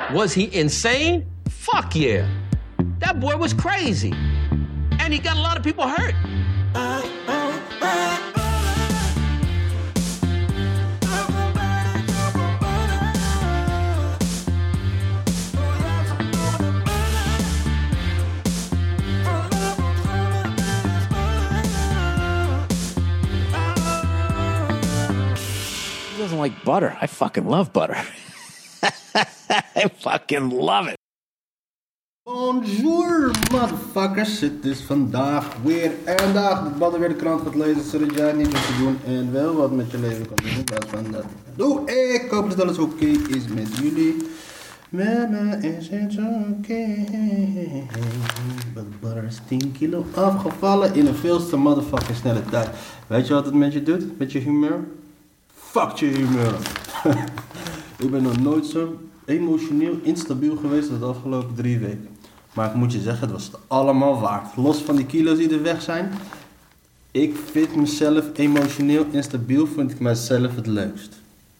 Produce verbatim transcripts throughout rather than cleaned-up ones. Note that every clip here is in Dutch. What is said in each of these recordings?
Was he insane? Fuck yeah. That boy was crazy. And he got a lot of people hurt. He doesn't like butter. I fucking love butter. I fucking love it. Bonjour, motherfuckers. Het is vandaag weer een dag dat Badder weer de krant gaat lezen, zodat jij niet hoeft te doen en wel wat met je leven kan doen in plaats van dat. Doe, ik hoop dat alles oké is met jullie. Met me is het oké. But Badder is tien kilo afgevallen in een veel te motherfucking snelle tijd. Weet je wat het met je doet? Met je humeur? Fuck je humeur. Ik ben nog nooit zo emotioneel instabiel geweest als de afgelopen drie weken. Maar ik moet je zeggen, het was het allemaal waard. Los van die kilo's die er weg zijn. Ik vind mezelf emotioneel instabiel, vind ik mezelf het leukst.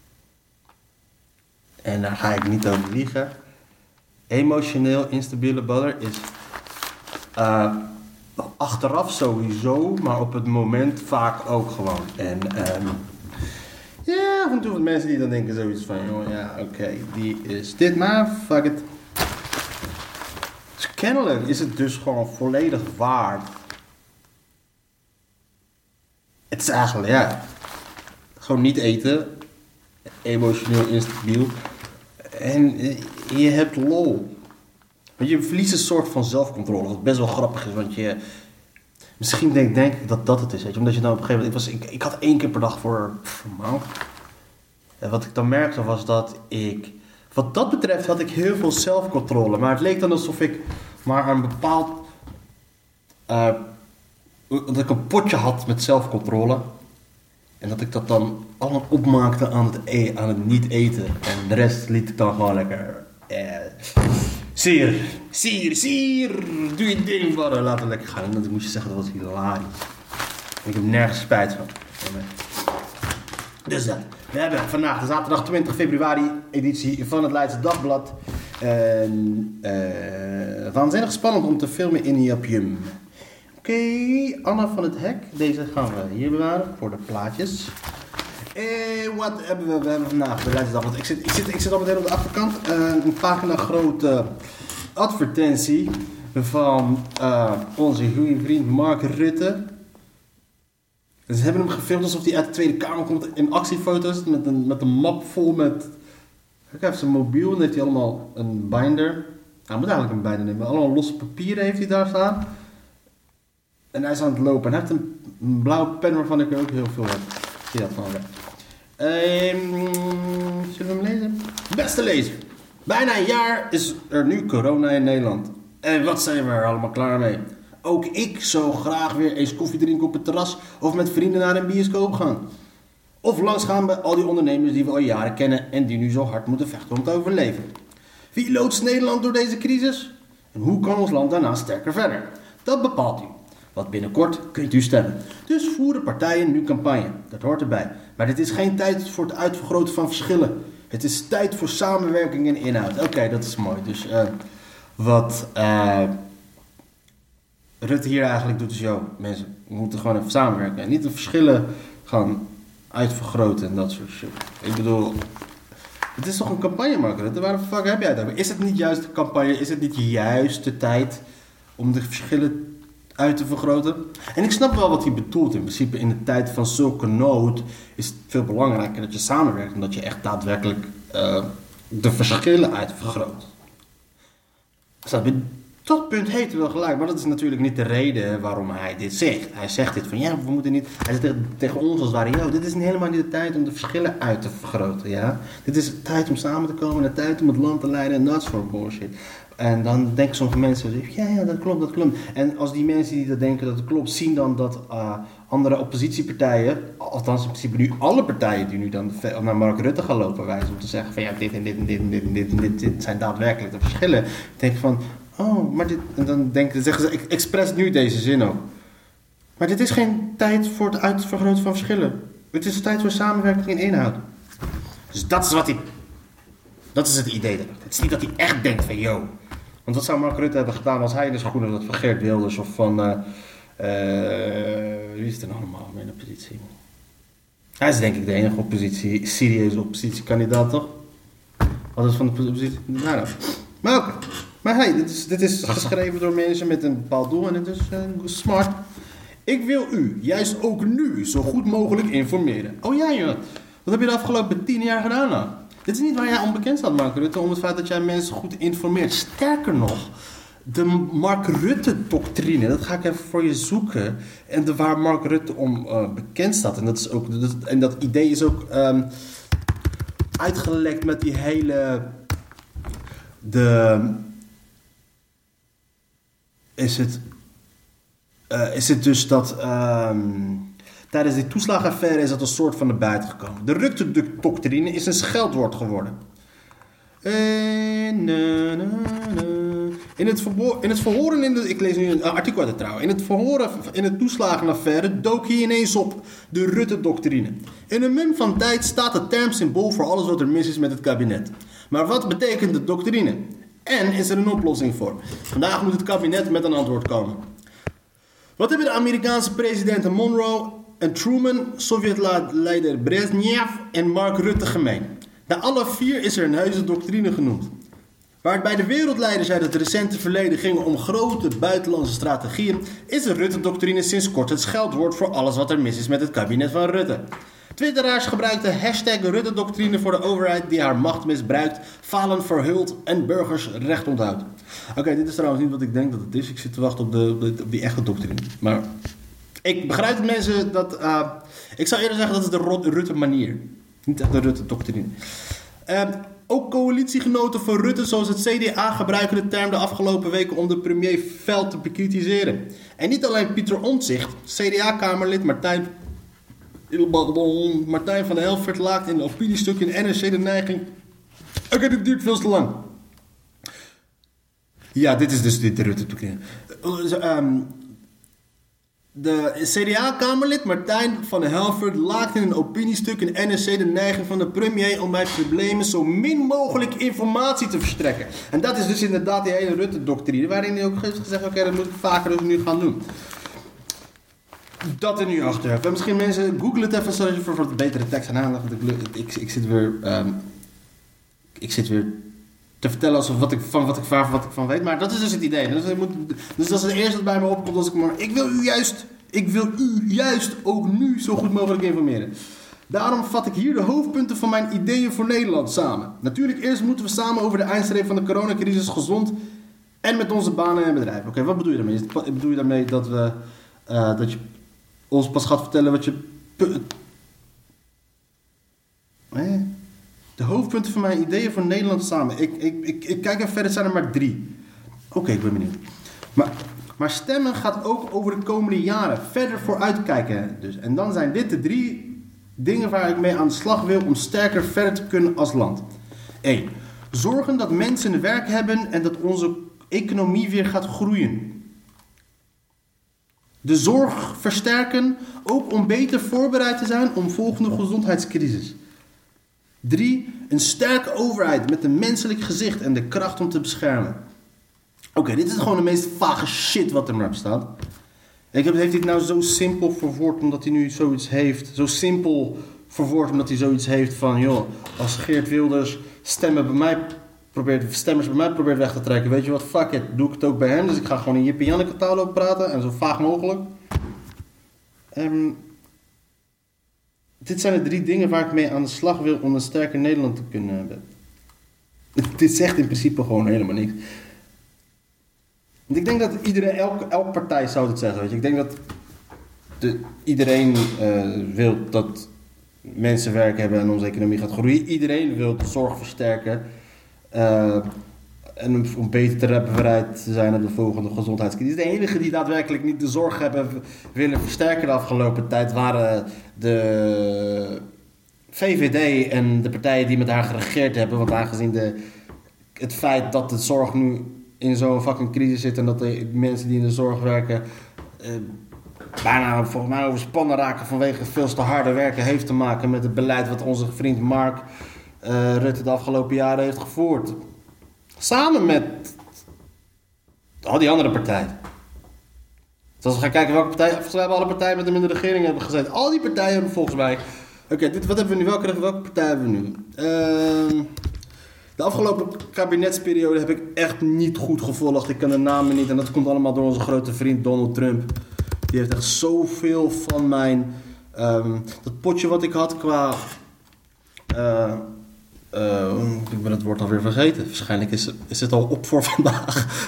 En daar ga ik niet over liegen. Emotioneel instabiele Badder is uh, achteraf sowieso, maar op het moment vaak ook gewoon. En um, ja, af en toe wat mensen die dan denken zoiets van, joh, ja, oké, okay, die is dit, maar fuck it. Dus kennelijk is het dus gewoon volledig waard. Het is eigenlijk, ja, gewoon niet eten, emotioneel instabiel en je hebt lol. Want je verliest een soort van zelfcontrole, wat best wel grappig is, want je... Misschien denk, denk ik dat dat het is, weet je. Omdat je dan op een gegeven moment... Ik, was, ik, ik had één keer per dag voor een maand. En wat ik dan merkte was dat ik... Wat dat betreft had ik heel veel zelfcontrole. Maar het leek dan alsof ik maar een bepaald... Uh, dat ik een potje had met zelfcontrole. En dat ik dat dan allemaal opmaakte aan het, e- aan het niet eten. En de rest liet ik dan gewoon lekker... Uh, Sier, sier, sier, doe je ding, Badder, laten we lekker gaan. En dan moet je zeggen, dat was hilarisch. En ik heb nergens spijt van. Dus dat. We hebben vandaag de zaterdag twintig februari editie van het Leidse Dagblad. En uh, waanzinnig spannend om te filmen in Japium. Oké, okay, Anna van het Hek. Deze gaan we hier bewaren voor de plaatjes. En wat hebben we? We hebben vandaag de Leidse Dagblad. Ik zit, ik zit, ik zit al meteen op de achterkant. Uh, een pagina grote advertentie van uh, onze goede vriend Mark Rutte. Ze hebben hem gefilmd alsof hij uit de Tweede Kamer komt in actiefoto's met een, met een map vol met... Kijk, hij heeft zijn mobiel en heeft hij allemaal een binder. Hij moet eigenlijk een binder nemen. Allemaal losse papieren heeft hij daar staan. En hij is aan het lopen. En hij heeft een, een blauwe pen waarvan ik er ook heel veel heb. Zie je dat van weg. Um, zullen we hem lezen? Beste lezer. Bijna een jaar is er nu corona in Nederland. En wat zijn we er allemaal klaar mee? Ook ik zou graag weer eens koffie drinken op het terras of met vrienden naar een bioscoop gaan. Of langsgaan bij al die ondernemers die we al jaren kennen en die nu zo hard moeten vechten om te overleven. Wie loodst Nederland door deze crisis? En hoe kan ons land daarna sterker verder? Dat bepaalt u. Want binnenkort kunt u stemmen. Dus voeren partijen nu campagne. Dat hoort erbij. Maar dit is geen tijd voor het uitvergroten van verschillen. Het is tijd voor samenwerking en inhoud. Oké, okay, dat is mooi. Dus uh, wat uh, Rutte hier eigenlijk doet is, joh, mensen, we moeten gewoon even samenwerken. En niet de verschillen gaan uitvergroten en dat soort shit. Ik bedoel, het is toch een campagne, Mark Rutte? Waar de fuck heb jij het over? Is het niet juist de campagne? Is het niet juist de tijd om de verschillen uit te vergroten? En ik snap wel wat hij bedoelt. In principe in de tijd van zulke nood is het veel belangrijker dat je samenwerkt en dat je echt daadwerkelijk uh, de verschillen uitvergroot. Snap je? Dat punt heeft hij wel gelijk, maar dat is natuurlijk niet de reden waarom hij dit zegt. Hij zegt dit van, ja, we moeten niet... Hij zegt tegen, tegen ons als het ware, yo, dit is helemaal niet de tijd om de verschillen uit te vergroten, ja. Dit is de tijd om samen te komen, de tijd om het land te leiden en dat soort bullshit. En dan denken sommige mensen, ja, ja, dat klopt, dat klopt. En als die mensen die dat denken dat het klopt, zien dan dat uh, andere oppositiepartijen, althans in principe nu alle partijen die nu dan naar Mark Rutte gaan lopen wijzen om te zeggen van, ja, dit en dit en dit en dit en dit en dit, dit zijn daadwerkelijk de verschillen. Dan denk ik van, oh, maar dit... En dan denken, zeggen ze expres nu deze zin ook. Maar dit is geen tijd voor het uitvergroten van verschillen. Het is een tijd voor samenwerking en inhoud. Dus dat is wat hij Dat is het idee erachter. Het is niet dat hij echt denkt van, yo. Want wat zou Mark Rutte hebben gedaan als hij in de schoenen zat van Geert Wilders of van... Uh, uh, wie is er nog allemaal mee in de positie? Hij is denk ik de enige oppositie, serieuze oppositiekandidaat, toch? Wat is van de oppositie? Nou, nou. Maar oké. Okay. Maar hey, dit is, dit is geschreven door mensen met een bepaald doel en het is uh, smart. Ik wil u, juist ook nu, zo goed mogelijk informeren. Oh ja, joh. Wat heb je de afgelopen tien jaar gedaan nou? Dit is niet waar jij onbekend staat, Mark Rutte, om het feit dat jij mensen goed informeert. Sterker nog, de Mark Rutte-doctrine, dat ga ik even voor je zoeken. En de, waar Mark Rutte om uh, bekend staat. En dat, is ook, dat, en dat idee is ook um, uitgelekt met die hele... De... Is het... Uh, is het dus dat... Um, tijdens die toeslagenaffaire is dat een soort van naar buiten gekomen. De Rutte-doctrine is een scheldwoord geworden. Uh, na, na, na. In het, verbo- in het verhoren, in de, ik lees nu een artikel uit de Trouw. In het verhoren in de toeslagenaffaire dook hij ineens op de Rutte-doctrine. In een mum van tijd staat het term symbool voor alles wat er mis is met het kabinet. Maar wat betekent de doctrine? En is er een oplossing voor? Vandaag moet het kabinet met een antwoord komen. Wat hebben de Amerikaanse presidenten Monroe en Truman, Sovjet-leider Brezhnev en Mark Rutte gemeen? Bij alle vier is er een heuse doctrine genoemd. Waar het bij de wereldleiders uit het recente verleden ging om grote buitenlandse strategieën, is de Rutte-doctrine sinds kort het scheldwoord voor alles wat er mis is met het kabinet van Rutte. Twitteraars gebruikten hashtag Rutte-doctrine voor de overheid die haar macht misbruikt, falen verhult en burgers recht onthoudt. Oké, okay, dit is trouwens niet wat ik denk dat het is. Ik zit te wachten op, de, op, de, op die echte doctrine. Maar ik begrijp dat mensen dat... Uh, ik zou eerder zeggen dat is de Rutte-manier. Niet echt de Rutte-doctrine. Uh, ook coalitiegenoten van Rutte zoals het C D A gebruiken de term de afgelopen weken om de premier fel te bekritiseren. En niet alleen Pieter Omtzigt, C D A-kamerlid Martijn... Martijn van der Helvert laakt in een opiniestuk in N R C de neiging... Oké, okay, dit duurt veel te lang. Ja, dit is dus de Rutte-doctrine. Uh, um, de C D A-kamerlid Martijn van der Helvert laakt in een opiniestuk in N R C de neiging van de premier om bij problemen zo min mogelijk informatie te verstrekken. En dat is dus inderdaad die hele Rutte-doctrine, waarin hij ook heeft gezegd, oké, okay, dat moet ik vaker dus nu gaan doen. Dat er nu achter hebt. En misschien mensen, google het even zodat je voor wat betere tekst aan aandacht. Ik, ik, ik zit weer... Um, ik zit weer te vertellen alsof wat ik van wat ik, van, wat ik van weet. Maar dat is dus het idee. Dus, moet, dus dat is het eerste wat bij me opkomt als ik maar... Ik wil u juist... Ik wil u juist ook nu zo goed mogelijk informeren. Daarom vat ik hier de hoofdpunten van mijn ideeën voor Nederland samen. Natuurlijk eerst moeten we samen over de eindstreep van de coronacrisis gezond en met onze banen en bedrijven. Oké, okay, wat bedoel je daarmee? Bedoel je daarmee dat we... Uh, dat je ons pas gaat vertellen wat je... Pu- eh? De hoofdpunten van mijn ideeën voor Nederland samen. Ik, ik, ik, ik kijk even verder, het zijn er maar drie. Oké, okay, ik ben benieuwd. Maar, maar stemmen gaat ook over de komende jaren. Verder vooruitkijken dus. En dan zijn dit de drie dingen waar ik mee aan de slag wil om sterker verder te kunnen als land. één. Zorgen dat mensen werk hebben en dat onze economie weer gaat groeien. De zorg versterken, ook om beter voorbereid te zijn om volgende gezondheidscrisis. Drie, een sterke overheid met een menselijk gezicht en de kracht om te beschermen. Oké, okay, dit is gewoon de meest vage shit wat er maar op staat. Ik heb, heeft hij het nou zo simpel verwoord omdat hij nu zoiets heeft? Zo simpel verwoord omdat hij zoiets heeft van... joh, als Geert Wilders stemmen bij mij probeert, stemmers bij mij probeert weg te trekken... weet je wat, fuck it, doe ik het ook bij hem. Dus ik ga gewoon in Jip en Janneke taal lopen praten en zo vaag mogelijk. Um, dit zijn de drie dingen waar ik mee aan de slag wil om een sterker Nederland te kunnen hebben. Dit zegt in principe gewoon helemaal niks. Want ik denk dat iedereen, elke, elke partij zou het zeggen. Weet je. Ik denk dat de, iedereen uh, wil dat mensen werk hebben en onze economie gaat groeien. Iedereen wil de zorg versterken. Uh, en om, om beter te bereid te zijn op de volgende gezondheidscrisis. De enige die daadwerkelijk niet de zorg hebben willen versterken de afgelopen tijd waren de V V D en de partijen die met haar geregeerd hebben. Want aangezien de, het feit dat de zorg nu in zo'n fucking crisis zit en dat de mensen die in de zorg werken uh, bijna volgens mij overspannen raken vanwege veel te harde werken, heeft te maken met het beleid wat onze vriend Mark uh, Rutte de afgelopen jaren heeft gevoerd. Samen met al die andere partijen. Dus als we gaan kijken welke partijen... Volgens mij hebben alle partijen met hem in de regering hebben gezeten. Al die partijen hebben volgens mij... Oké, okay, wat hebben we nu? Welke, welke partij hebben we nu? Uh, de afgelopen kabinetsperiode heb ik echt niet goed gevolgd. Ik ken de namen niet. En dat komt allemaal door onze grote vriend Donald Trump. Die heeft echt zoveel van mijn... Um, dat potje wat ik had qua... Uh, uh, ik ben het woord alweer vergeten. Waarschijnlijk is het, is het al op voor vandaag.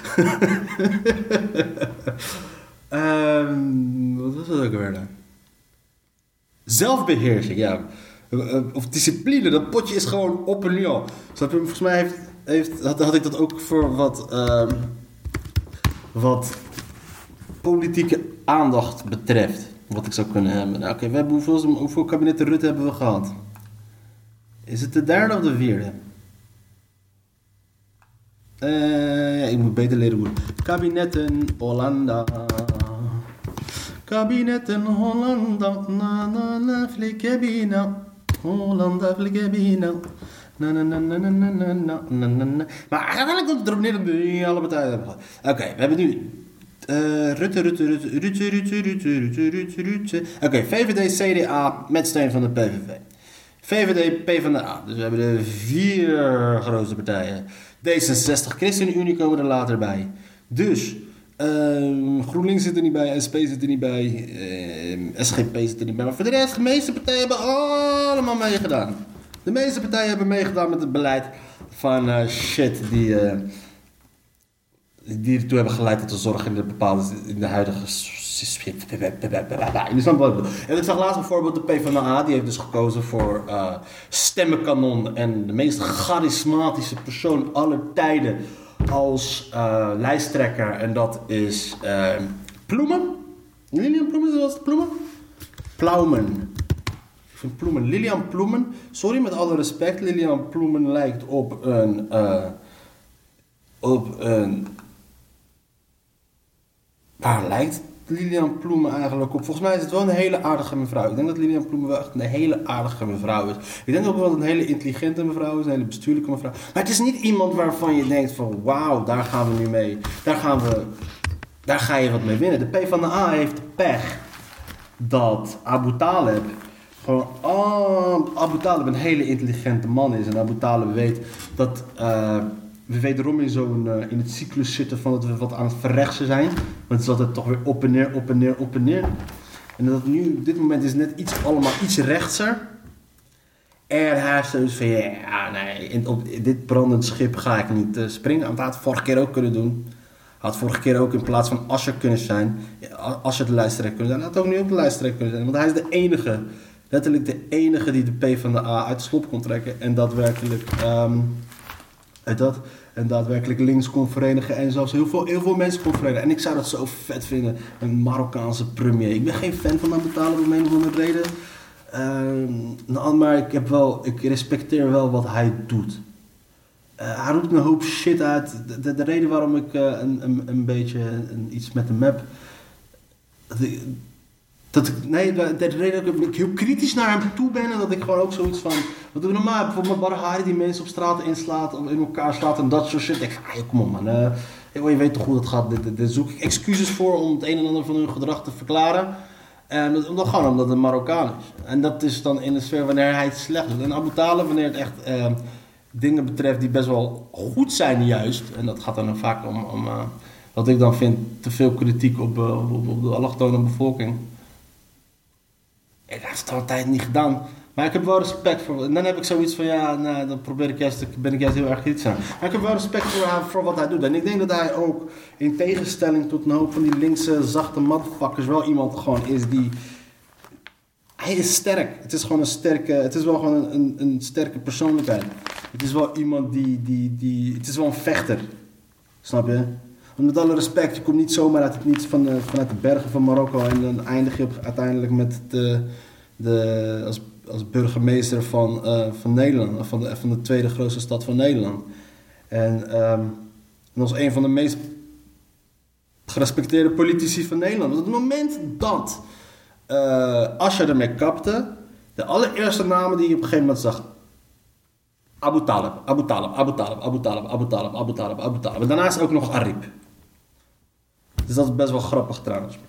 um, wat was dat ook weer dan? Zelfbeheersing, ja. Of discipline, dat potje is gewoon op en neer. Dus volgens mij heeft, heeft, had, had ik dat ook voor wat, um, wat politieke aandacht betreft. Wat ik zou kunnen hebben. Nou, oké, okay, we hebben hoeveel, hoeveel kabinetten Rutte hebben we gehad? Is het de derde of de vierde? Uh, ja, ik moet beter leren hoe. Kabinetten Hollanda. Kabinetten Hollanda. Na na na flikebina. Hollanda flikebina. Na na na na na na na na na. Maar eigenlijk komt het erop neer dat we alle partijen hebben gehad. Oké, okay, we hebben nu... Uh, Rutte, Rutte, Rutte, Rutte, Rutte, Rutte, Rutte, Rutte, Rutte. Oké, okay, V V D, C D A met steun van de P V V. V V D, PvdA. Dus we hebben de vier grootste partijen. D zesenzestig, ChristenUnie komen er later bij. Dus, uh, GroenLinks zit er niet bij, S P zit er niet bij, uh, S G P zit er niet bij. Maar voor de rest, de meeste partijen hebben allemaal meegedaan. De meeste partijen hebben meegedaan met het beleid van uh, shit die... Uh, die ertoe hebben geleid tot de zorg in de bepaalde, in de huidige... Je snapt wat ik bedoel. En ik zag laatst bijvoorbeeld de PvdA, die heeft dus gekozen voor uh, stemmenkanon en de meest charismatische persoon aller tijden als uh, lijsttrekker. En dat is uh, Ploemen. Lilian Ploemen, zoals het Ploemen? Plaumen. Ik vind Ploemen. Lilian Ploemen. Sorry, met alle respect. Lilian Ploemen lijkt op een... Uh, op een... Waar lijkt Lilian Ploemen eigenlijk op? Volgens mij is het wel een hele aardige mevrouw. Ik denk dat Lilian Ploemen wel echt een hele aardige mevrouw is. Ik denk ook wel dat het een hele intelligente mevrouw is, een hele bestuurlijke mevrouw. Maar het is niet iemand waarvan je denkt van wauw, daar gaan we nu mee. Daar gaan we, daar ga je wat mee winnen. De PvdA heeft pech dat Abu Talib gewoon, oh, Abu Talib een hele intelligente man is. En Abu Talib weet dat... Uh, we wederom in zo'n uh, in het cyclus zitten van dat we wat aan het verrechtsen zijn. Want het is altijd toch weer op en neer, op en neer, op en neer. En dat nu, op dit moment is het net iets, allemaal iets rechtser. En hij heeft zoiets van, ja, nee, in, op dit brandend schip ga ik niet uh, springen. Want hij had het vorige keer ook kunnen doen. Hij had vorige keer ook in plaats van Asscher kunnen zijn. Asscher de lijsttrekker kunnen zijn. Hij had ook nu ook de lijsttrekker kunnen zijn. Want hij is de enige, letterlijk de enige die de PvdA uit de slop kon trekken. En daadwerkelijk... Um, Dat, en daadwerkelijk links kon verenigen en zelfs heel veel, heel veel mensen kon verenigen. En ik zou dat zo vet vinden, een Marokkaanse premier. Ik ben geen fan van Abu Talib om een of andere reden. Uh, nou, maar ik, heb wel, ik respecteer wel wat hij doet. Uh, hij roept een hoop shit uit. De, de, de reden waarom ik uh, een, een, een beetje een, iets met hem heb... Dat ik, dat ik, nee, de, de reden dat ik heel kritisch naar hem toe ben en dat ik gewoon ook zoiets van... Wat doen we normaal? Bijvoorbeeld met Barhari die mensen op straat inslaat, of in elkaar slaat en dat soort shit. Ik denk, kom op man, uh, je weet toch hoe dat gaat. Dit, dit zoek ik excuses voor om het een en ander van hun gedrag te verklaren. En dat, dat gewoon omdat het een Marokkaan is. En dat is dan in de sfeer wanneer hij het slecht doet. En Abu Talib, wanneer het echt uh, dingen betreft die best wel goed zijn juist. En dat gaat dan vaak om, om uh, wat ik dan vind, te veel kritiek op, uh, op, op de allochtone bevolking. Ik heb het altijd niet gedaan. Maar ik heb wel respect voor... En dan heb ik zoiets van, ja, nou, dan probeer ik juist, ben ik juist heel erg kritisch aan. Maar ik heb wel respect voor, voor wat hij doet. En ik denk dat hij ook, in tegenstelling tot een hoop van die linkse, zachte motherfuckers, wel iemand gewoon is die... Hij is sterk. Het is gewoon een sterke... Het is wel gewoon een, een, een sterke persoonlijkheid. Het is wel iemand die, die, die... Het is wel een vechter. Snap je? Want met alle respect, je komt niet zomaar uit het niets van de, vanuit de bergen van Marokko en dan eindig je op, uiteindelijk met de, de, als, als burgemeester van, uh, van Nederland, van de, van de tweede grootste stad van Nederland. En, um, en als een van de meest gerespecteerde politici van Nederland. Want op het moment dat uh, Asscher ermee kapte, de allereerste namen die je op een gegeven moment zag Abu Talib, Abu Talib, Abu Talib, Abu Talib, Abu Talib, Abu Talib, Abu Talib. En daarnaast ook nog Arib. Dus dat is best wel grappig trouwens.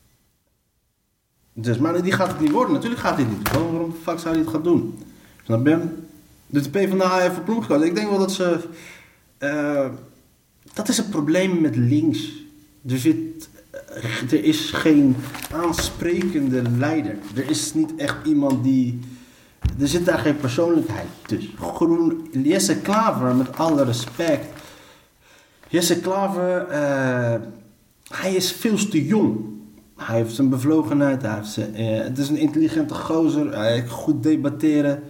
Dus, maar die gaat het niet worden. Natuurlijk gaat hij het niet. Waarom de fuck zou hij het gaan doen? Snap je? Dus de PvdA heeft voor Ploem gekozen. Ik denk wel dat ze... Uh, dat is het probleem met links. Er, zit, uh, er is geen aansprekende leider. Er is niet echt iemand die... Er zit daar geen persoonlijkheid tussen. Groen, Jesse Klaver, met alle respect. Jesse Klaver, uh, hij is veel te jong. Hij heeft zijn bevlogenheid, hij heeft zijn, uh, het is een intelligente gozer, hij kan goed debatteren.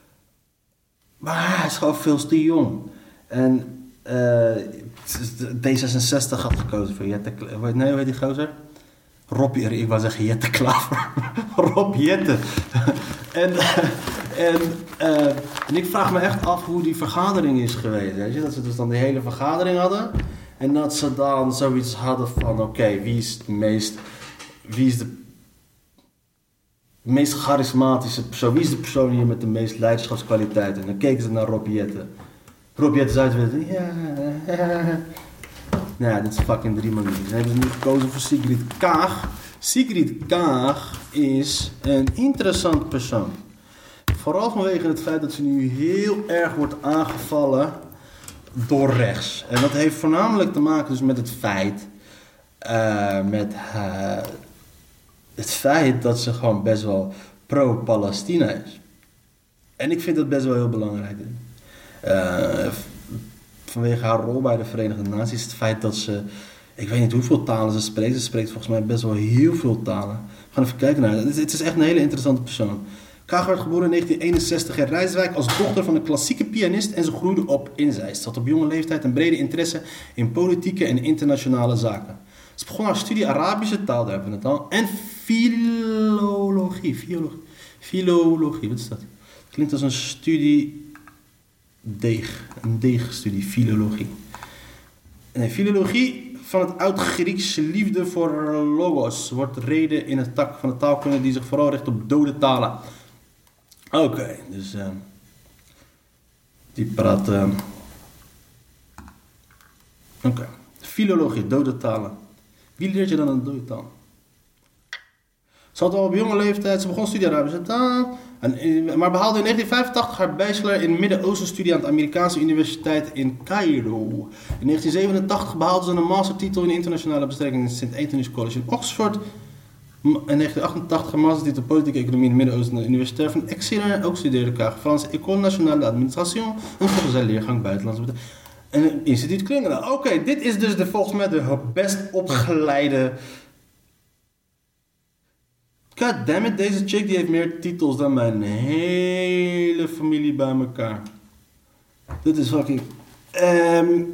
Maar hij is gewoon veel te jong. En uh, D zesenzestig had gekozen voor Jette Klaver. Nee, hoe heet die gozer? Rob, ik wou zeggen Jette Klaver. Rob Jette. en, en, uh, en ik vraag me echt af hoe die vergadering is geweest. Weet je? Dat ze dus dan die hele vergadering hadden. En dat ze dan zoiets hadden van, oké, okay, wie is de meest... Wie is de meest charismatische persoon? Wie is de persoon hier met de meest leiderschapskwaliteiten? En dan keken ze naar Rob Jette. Rob Jette zei het weer, ja, ja. Nou ja, dit is fucking drie manieren. Dan hebben ze nu gekozen voor Sigrid Kaag. Sigrid Kaag is een interessant persoon. Vooral vanwege het feit dat ze nu heel erg wordt aangevallen door rechts. En dat heeft voornamelijk te maken dus met het feit... Uh, met uh, het feit dat ze gewoon best wel pro-Palestina is. En ik vind dat best wel heel belangrijk. Uh, vanwege haar rol bij de Verenigde Naties, het feit dat ze... Ik weet niet hoeveel talen ze spreekt. Ze spreekt volgens mij best wel heel veel talen. We gaan even kijken naar haar. Het, het is echt een hele interessante persoon. Kaag werd geboren in negentien eenenzestig in Rijswijk als dochter van een klassieke pianist en ze groeide op in Zeist. Ze had op jonge leeftijd een brede interesse in politieke en internationale zaken. Ze begon haar studie Arabische taal, daar hebben we het al, en filologie. Filologie, filologie wat is dat? Klinkt als een studie deeg, een deegstudie, filologie. Nee, filologie van het oud-Griekse liefde voor logos wordt reden in een tak van de taalkunde die zich vooral richt op dode talen. Oké, okay, dus uh, die praat... Uh, Oké, okay. Filologie, dode talen. Wie leert je dan een dode taal? Ze had al op jonge leeftijd, ze begon studie Arabische taal, en, maar behaalde in negentien vijfentachtig haar bachelor in Midden-Oosten studie aan de Amerikaanse Universiteit in Cairo. In negentien zevenentachtig behaalde ze een mastertitel in internationale betrekkingen in Saint Anthony's College in Oxford. In negentien achtentachtig een mastertitel politieke economie in de Midden-Oosten aan de Universiteit van Exeter. Ook studeerde Kaag Frans École Nationale d'Administration, een volgens leergang buitenlandse betrekkingen. En instituut Klingendaal. Oké, okay, dit is dus de, volgens mij de best opgeleide... Goddammit, deze chick die heeft meer titels dan mijn hele familie bij elkaar. Dit is fucking... Um,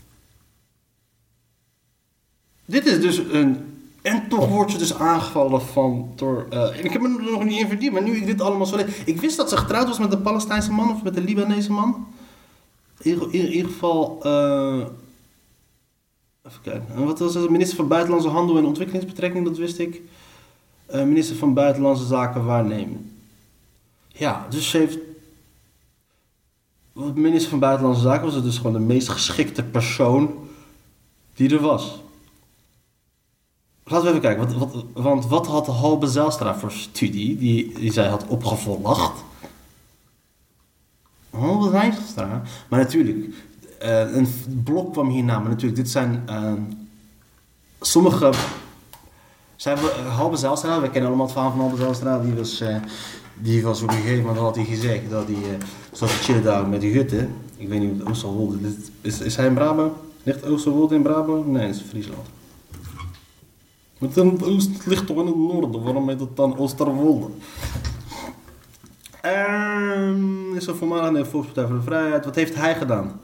dit is dus een... En toch wordt ze dus aangevallen van... Door, uh, ik heb me er nog niet in verdiept, maar nu ik dit allemaal zo lees... Ik wist dat ze getrouwd was met een Palestijnse man of met een Libanese man. In, in, in ieder geval... Uh, even kijken. En wat was het? Minister van Buitenlandse Handel en Ontwikkelingsbetrekkingen, dat wist ik. Uh, minister van Buitenlandse Zaken waarnemen. Ja, dus ze heeft... Minister van Buitenlandse Zaken was het dus gewoon de meest geschikte persoon die er was. Laten we even kijken, wat, wat, want wat had Halbe Zijlstra voor studie die, die zij had opgevolgd? Halbe Zijlstra? Maar natuurlijk, uh, een blok kwam hierna, maar natuurlijk, dit zijn uh, sommige... Zij, Halbe Zijlstra, we kennen allemaal het verhaal van Halbe Zijlstra, die was, uh, die was op een gegeven moment had hij gezegd dat hij uh, zat te chillen daar met die hutten. Ik weet niet, Oosterwolde, is, is hij in Brabant? Ligt Oosterwolde in Brabant? Nee, dat is Friesland. Het, oost, het ligt toch in het noorden, waarom heet het dan Oosterwolde? Um, is een voormalige Volkspartij voor de Vrijheid. Wat heeft hij gedaan?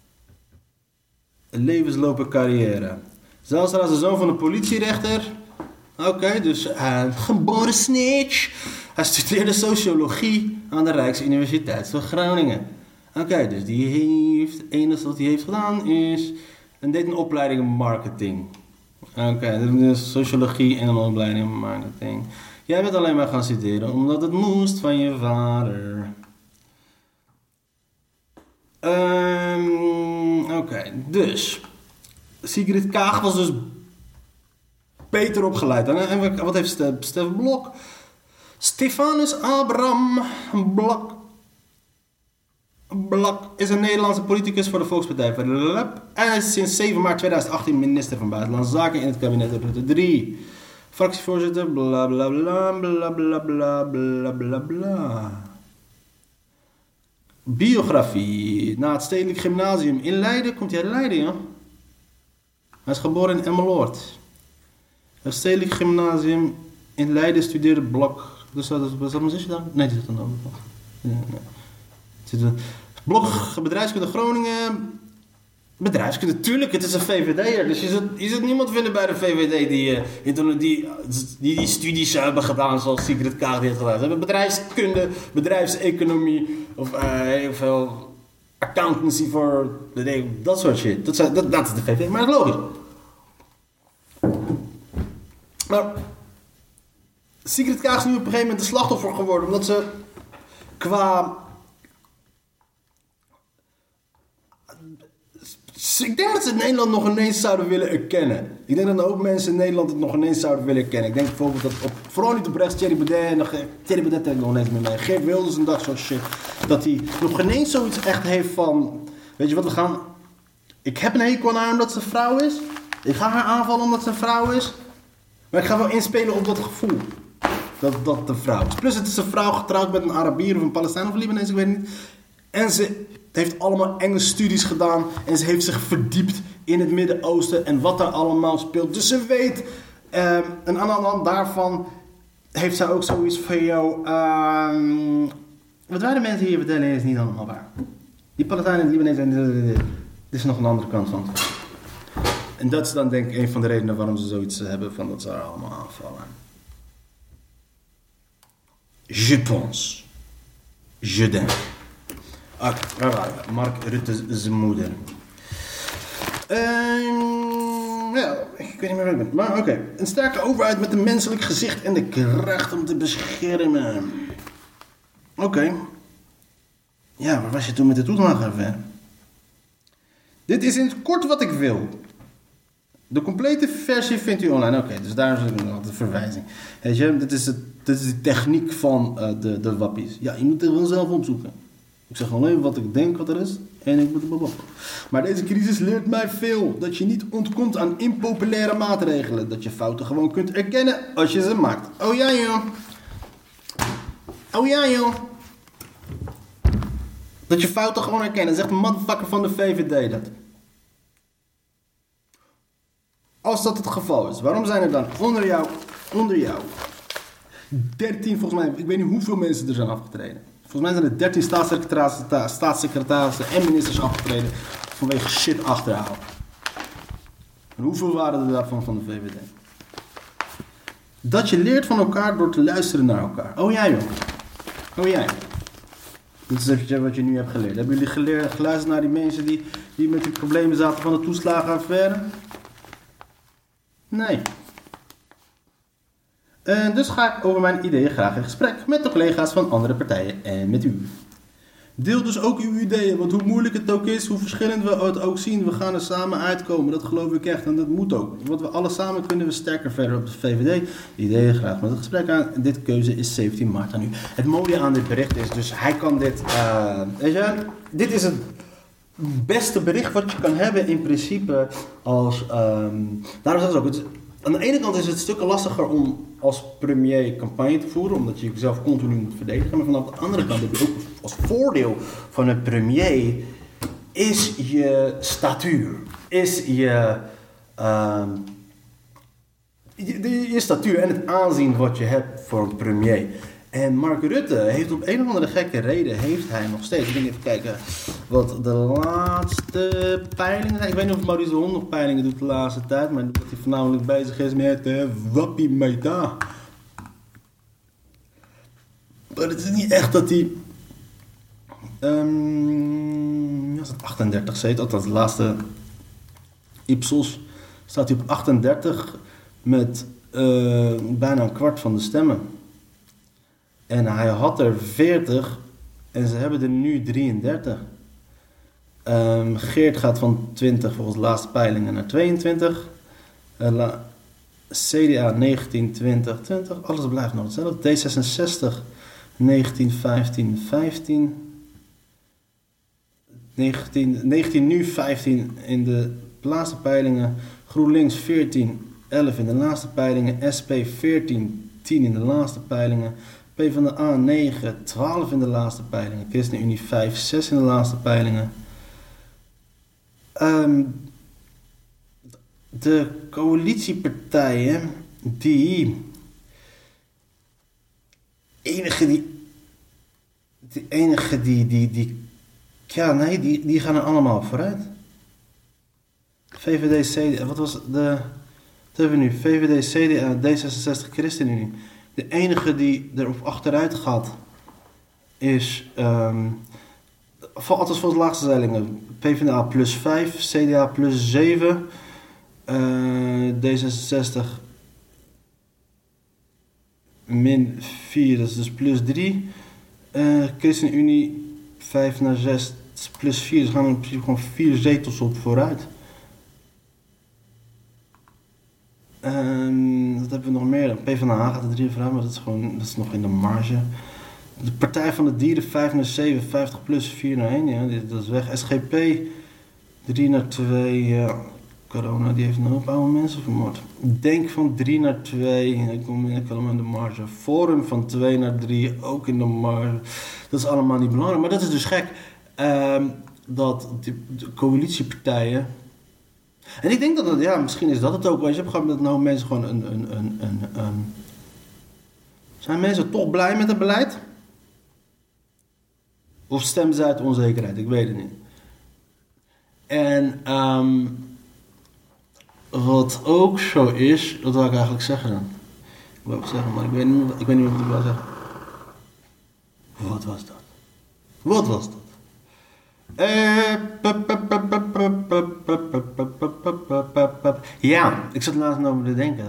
Een levenslopen carrière. Zijlstra is de zoon van een politierechter. Oké, okay, dus uh, geboren snitch. Hij studeerde sociologie aan de Rijksuniversiteit van Groningen. Oké, okay, dus die heeft, het enige wat hij heeft gedaan is... En deed een opleiding in marketing. Oké, okay, dus sociologie en een opleiding in marketing. Jij bent alleen maar gaan studeren omdat het moest van je vader. Um, Oké, okay, dus. Sigrid Kaag was dus beter opgeleid. En wat heeft Stef Blok? Stefanus Abraham Blok. Blok is een Nederlandse politicus voor de Volkspartij voor de L E P. En hij is sinds zeven maart tweeduizend achttien minister van Buitenlandse Zaken in het kabinet Rutte drie. Fractievoorzitter, bla bla bla bla bla bla bla bla bla. Biografie. Na het Stedelijk Gymnasium in Leiden. Komt hij uit Leiden, ja? Hij is geboren in Emmeloord. Het Stedelijk Gymnasium in Leiden studeerde Blok. Dus dat is dat mijn zusje daar? Nee, die zit dan ook. Nee, nee. Blok bedrijfskunde Groningen. Bedrijfskunde, tuurlijk, het is een V V D'er. Dus je zult, je zult niemand vinden bij de V V D die die, die, die, die studies hebben gedaan zoals Sigrid Kaag die heeft gedaan. Ze hebben bedrijfskunde, bedrijfseconomie of uh, heel veel accountancy voor dat soort shit. Dat, dat, dat is de V V D, maar dat is logisch. Maar Sigrid Kaag is nu op een gegeven moment de slachtoffer geworden omdat ze qua... Ik denk dat ze het Nederland nog ineens zouden willen erkennen. Ik denk dat er ook mensen in Nederland het nog ineens zouden willen erkennen. Ik denk bijvoorbeeld dat op, vooral niet op rechts, Thierry Baudet en nog, Thierry Baudet heeft nog ineens met mij. Geert Wilders en dat soort shit. Dat hij nog ineens zoiets echt heeft van, weet je wat, we gaan... Ik heb een hekel aan haar omdat ze een vrouw is. Ik ga haar aanvallen omdat ze een vrouw is. Maar ik ga wel inspelen op dat gevoel. Dat dat een vrouw is. Plus het is een vrouw getrouwd met een Arabier of een Palestijn of een Libanees, ik weet het niet. En ze heeft allemaal enge studies gedaan. En ze heeft zich verdiept in het Midden-Oosten en wat daar allemaal speelt. Dus ze weet. Um, en aan de hand daarvan heeft zij ook zoiets van, yo, um, wat wij de mensen hier vertellen is niet allemaal waar. Die Palestijnen en Libanezen, dit is nog een andere kant van. En dat is dan denk ik een van de redenen waarom ze zoiets hebben van dat ze haar allemaal aanvallen. Je pense. Je denk. Oké, waar waren we? Mark Rutte's moeder. Uh, ja, ik weet niet meer waar ik ben. Maar oké. Okay. Een sterke overheid met een menselijk gezicht en de kracht om te beschermen. Oké. Okay. Ja, waar was je toen met de toeslagenaffaire? Dit is in het kort wat ik wil. De complete versie vindt u online. Oké, okay, dus daar is ook nog de verwijzing. Weet je, dit is, het, dit is de techniek van uh, de, de wappies. Ja, je moet het gewoon zelf opzoeken. Ik zeg alleen wat ik denk wat er is en ik moet het bewappen. Maar deze crisis leert mij veel. Dat je niet ontkomt aan impopulaire maatregelen. Dat je fouten gewoon kunt erkennen als je ze maakt. Oh ja joh. Oh ja joh. Dat je fouten gewoon herkennen. Zegt de motherfucker van de V V D dat. Als dat het geval is, waarom zijn er dan onder jou, onder jou, dertien volgens mij, ik weet niet hoeveel mensen er zijn afgetreden. Volgens mij zijn er dertien staatssecretarissen, staatssecretarissen en ministers afgetreden vanwege shit achterhaal. En hoeveel waren er daarvan van de V V D? Dat je leert van elkaar door te luisteren naar elkaar. Oh jij joh. Oh jij. Dit is eventjes wat je nu hebt geleerd. Hebben jullie geleerd, geluisterd naar die mensen die, die met die problemen zaten van de toeslagenaffaire? Nee. Uh, dus ga ik over mijn ideeën graag in gesprek met de collega's van andere partijen en met u. Deel dus ook uw ideeën, want hoe moeilijk het ook is, hoe verschillend we het ook zien, we gaan er samen uitkomen. Dat geloof ik echt en dat moet ook. Want we alle samen kunnen we sterker verder op de V V D. Ideeën graag met het gesprek aan. Dit keuze is zeventien maart aan u. Het mooie aan dit bericht is dus, hij kan dit... Uh, weet je, dit is het beste bericht wat je kan hebben in principe als... Um, daarom is het ook... Het, aan de ene kant is het stukken lastiger om als premier campagne te voeren, omdat je jezelf continu moet verdedigen. Maar vanaf de andere kant heb je ook als voordeel van een premier is je statuur. Is je, uh, je, je statuur en het aanzien wat je hebt voor een premier. En Mark Rutte heeft op een of andere gekke reden, heeft hij nog steeds, ik denk even kijken wat de laatste peilingen zijn. Ik weet niet of Maurice de Hond nog peilingen doet de laatste tijd, maar dat hij voornamelijk bezig is met uh, Wappie Meta. Maar het is niet echt dat hij, um, ja, achtendertig zetels, althans de laatste Ipsos staat hij op achtendertig met uh, bijna een kwart van de stemmen. En hij had er veertig en ze hebben er nu drieëndertig. Um, Geert gaat van twintig volgens de laatste peilingen naar tweeëntwintig. Uh, la- C D A negentien, twintig, twintig. Alles blijft nog hetzelfde. D zesenzestig, negentien, vijftien, vijftien. negentien, negentien nu, vijftien in de laatste peilingen. GroenLinks veertien, elf in de laatste peilingen. S P veertien, tien in de laatste peilingen. PvdA negen, twaalf in de laatste peilingen. ChristenUnie vijf, zes in de laatste peilingen. Um, de coalitiepartijen, die enige die, de enige die, die, die, ja nee, die, die gaan er allemaal vooruit. V V D, C D A, wat was de, wat hebben we nu? V V D, C D A, D zesenzestig, ChristenUnie. De enige die erop achteruit gaat is, um, althans voor de laagste zeilingen, PvdA plus vijf, C D A plus zeven, uh, D zesenzestig min vier, dat is dus plus drie, uh, ChristenUnie vijf naar zes plus vier, dus gaan er in principe gewoon vier zetels op vooruit. Um, wat hebben we nog meer? PvdA gaat er drie vooruit, maar dat is gewoon, dat is nog in de marge. De Partij van de Dieren vijf naar zeven, vijftig plus vier naar één, ja, dat is weg. S G P drie naar twee, ja, corona die heeft een hoop oude mensen vermoord. Denk van drie naar twee, ik kom in de marge. Forum van twee naar drie, ook in de marge. Dat is allemaal niet belangrijk, maar dat is dus gek. Um, dat de, de coalitiepartijen... En ik denk dat het, ja, misschien is dat het ook. Weet je, op een gegeven moment nou mensen gewoon een, een, een, een, een... Zijn mensen toch blij met het beleid? Of stemmen ze uit onzekerheid? Ik weet het niet. En um, wat ook zo is, dat wil ik eigenlijk zeggen dan. Ik wil ook zeggen, maar ik weet niet, ik weet niet wat ik wil zeggen. Wat was dat? Wat was dat? Ja, ik zat laatst over te denken.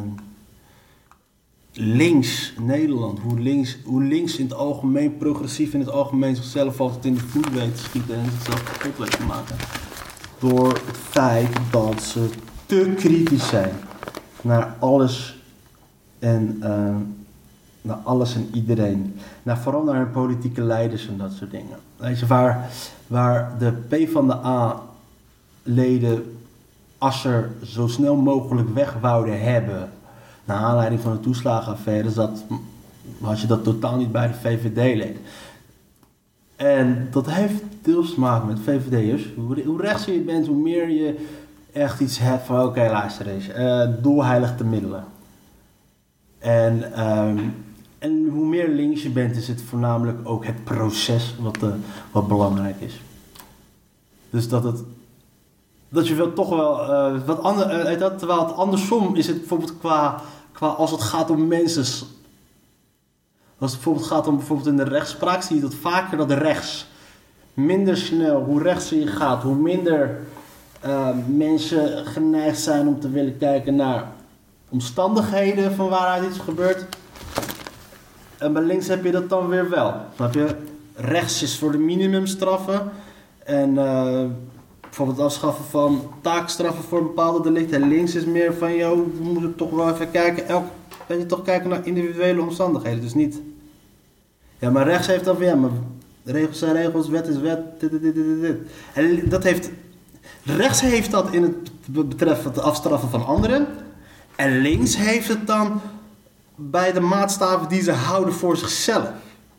Links Nederland, hoe links, hoe links in het algemeen, progressief in het algemeen zichzelf altijd in de voet weet te schieten en zichzelf kapot weet te maken. Door het feit dat ze te kritisch zijn naar alles en uh, naar alles en iedereen. Nou, vooral naar hun politieke leiders en dat soort dingen. Weet je, waar, waar de PvdA-leden Asscher zo snel mogelijk weg wouden hebben, naar aanleiding van de toeslagenaffaire, dat had je dat totaal niet bij de V V D-leden. En dat heeft deels te maken met V V D'ers. Hoe, hoe rechts je bent, hoe meer je echt iets hebt van, oké, okay, luister eens, uh, doel heiligt de middelen. En, um, en hoe meer links je bent, is het voornamelijk ook het proces wat, uh, wat belangrijk is. Dus dat het, dat je wel toch wel, uh, wat ander, uh, dat, terwijl het andersom is het bijvoorbeeld qua, qua als het gaat om mensen. Als het bijvoorbeeld gaat om bijvoorbeeld in de rechtspraak, zie je dat vaker dat rechts minder snel, hoe rechtser je gaat, hoe minder uh, mensen geneigd zijn om te willen kijken naar omstandigheden van waaruit iets gebeurt. En bij links heb je dat dan weer wel. Snap je? Rechts is voor de minimumstraffen en uh, bijvoorbeeld het afschaffen van taakstraffen voor bepaalde delicten. En links is meer van, joh, we moeten toch wel even kijken, elk, weet je, toch kijken naar individuele omstandigheden. Dus niet. Ja, maar rechts heeft dan van, ja, maar regels zijn regels, wet is wet, dit, dit, dit, dit, dit. En dat heeft, rechts heeft dat in het betreft het afstraffen van anderen. En links heeft het dan bij de maatstaven die ze houden voor zichzelf.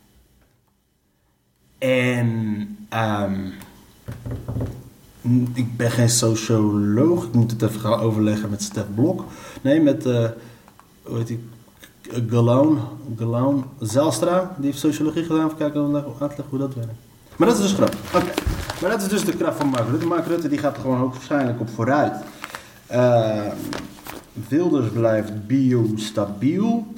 En um, ik ben geen socioloog. Ik moet het even gaan overleggen met Stef Blok. Nee, met uh, hoe heet die? Galaan, Galaan Zijlstra. Die heeft sociologie gedaan. Even kijken om uit te leggen hoe dat werkt. Maar dat is dus grappig. Oké. Okay. Maar dat is dus de kracht van Mark Rutte. Mark Rutte die gaat er gewoon ook waarschijnlijk op vooruit. Uh, Wilders blijft biostabiel.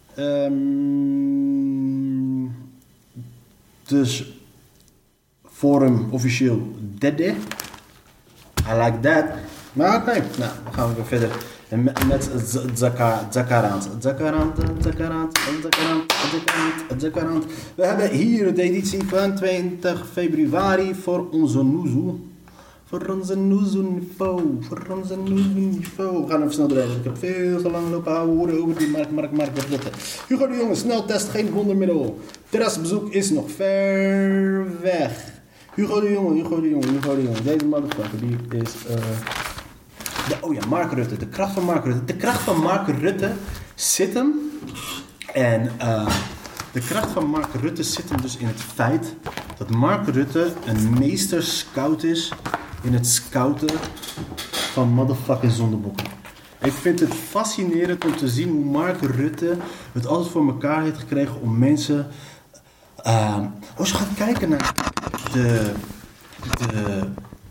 Um, dus Forum officieel derde. I like that. Maar oké, okay. Nou, dan gaan we weer verder. En met, met Zakarant. Zakarant, Zakarant, Zakarant, Zakarant, Zakarant. We hebben hier de editie van twintig februari voor onze Nuzu. Voor onze Nuzu-niveau. Voor onze Nuzu-niveau. We gaan even snel doorheen. Ik heb veel te lang lopen houden over die Mark, Mark, Mark Rutte. Hugo de Jonge, sneltest, geen wondermiddel. Terrasbezoek is nog ver weg. Hugo de Jonge, Hugo de Jonge, Hugo de Jonge. Deze motherfucker, die is... Uh... De, oh ja, Mark Rutte. De kracht van Mark Rutte. De kracht van Mark Rutte zit hem. En uh, de kracht van Mark Rutte zit hem dus in het feit dat Mark Rutte een meester scout is in het scouten van motherfucking zondebokken. Ik vind het fascinerend om te zien hoe Mark Rutte het altijd voor elkaar heeft gekregen om mensen... Uh, als je gaat kijken naar de... de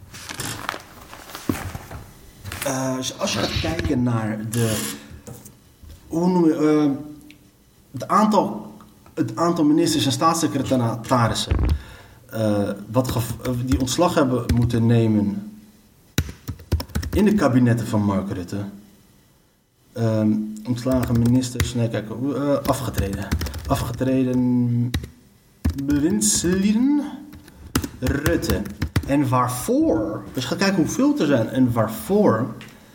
uh, als je gaat kijken naar de... Hoe noem je... Uh, het aantal... Het aantal ministers en staatssecretarissen uh, wat gev- die ontslag hebben moeten nemen in de kabinetten van Mark Rutte. Um, ontslagen ministers, nee kijk, uh, afgetreden. Afgetreden bewindslieden Rutte. En waarvoor? Dus ga kijken hoeveel er zijn en waarvoor.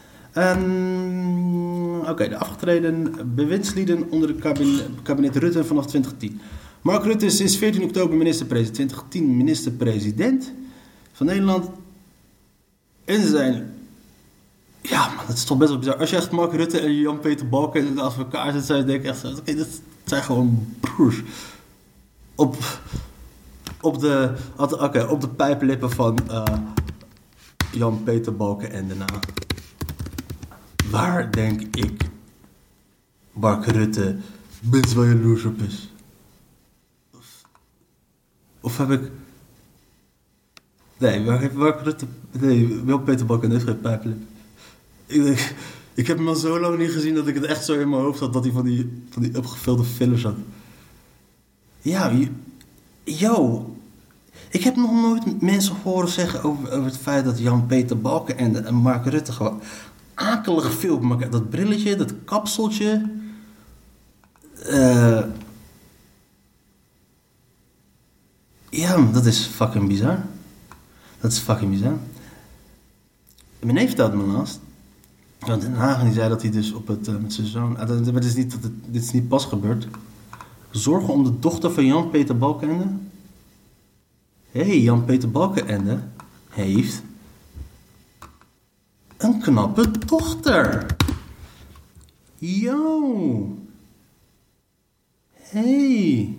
Um, Oké, okay, de afgetreden bewindslieden onder het kabinet, kabinet Rutte vanaf twintig tien. Mark Rutte is sinds veertien oktober minister-president, twintig tien minister-president van Nederland. En zijn... Ja, man, dat is toch best wel bizar. Als je echt Mark Rutte en Jan-Peter Balkenende als elkaar zit, zou je denken echt zo... Oké, okay, dit zijn gewoon broers. Op... Op de... Oké, okay, op de pijplippen van uh, Jan-Peter Balkenende na. Waar denk ik Mark Rutte best wel jaloers op is? Of, of heb ik... Nee, waar heeft Mark Rutte... Nee, Jan-Peter Balkenende heeft geen pijplip. Ik, ik heb hem al zo lang niet gezien dat ik het echt zo in mijn hoofd had dat hij van die, van die opgevulde fillers had. Ja, yo. Ik heb nog nooit mensen horen zeggen over, over het feit dat Jan-Peter Balkenende en Mark Rutte gewoon akelig veel op elkaar. Dat brilletje, dat kapseltje. Uh, ja, dat is fucking bizar. Dat is fucking bizar. Mijn neef vertelde me laatst. Want Den Haag die zei dat hij dus op het, uh, met zijn zoon... Uh, dat, dat is niet, dat het, dit is niet pas gebeurd. Zorgen om de dochter van Jan-Peter Balkenende. Hé, hey, Jan-Peter Balkenende heeft... een knappe dochter. Yo. Hey.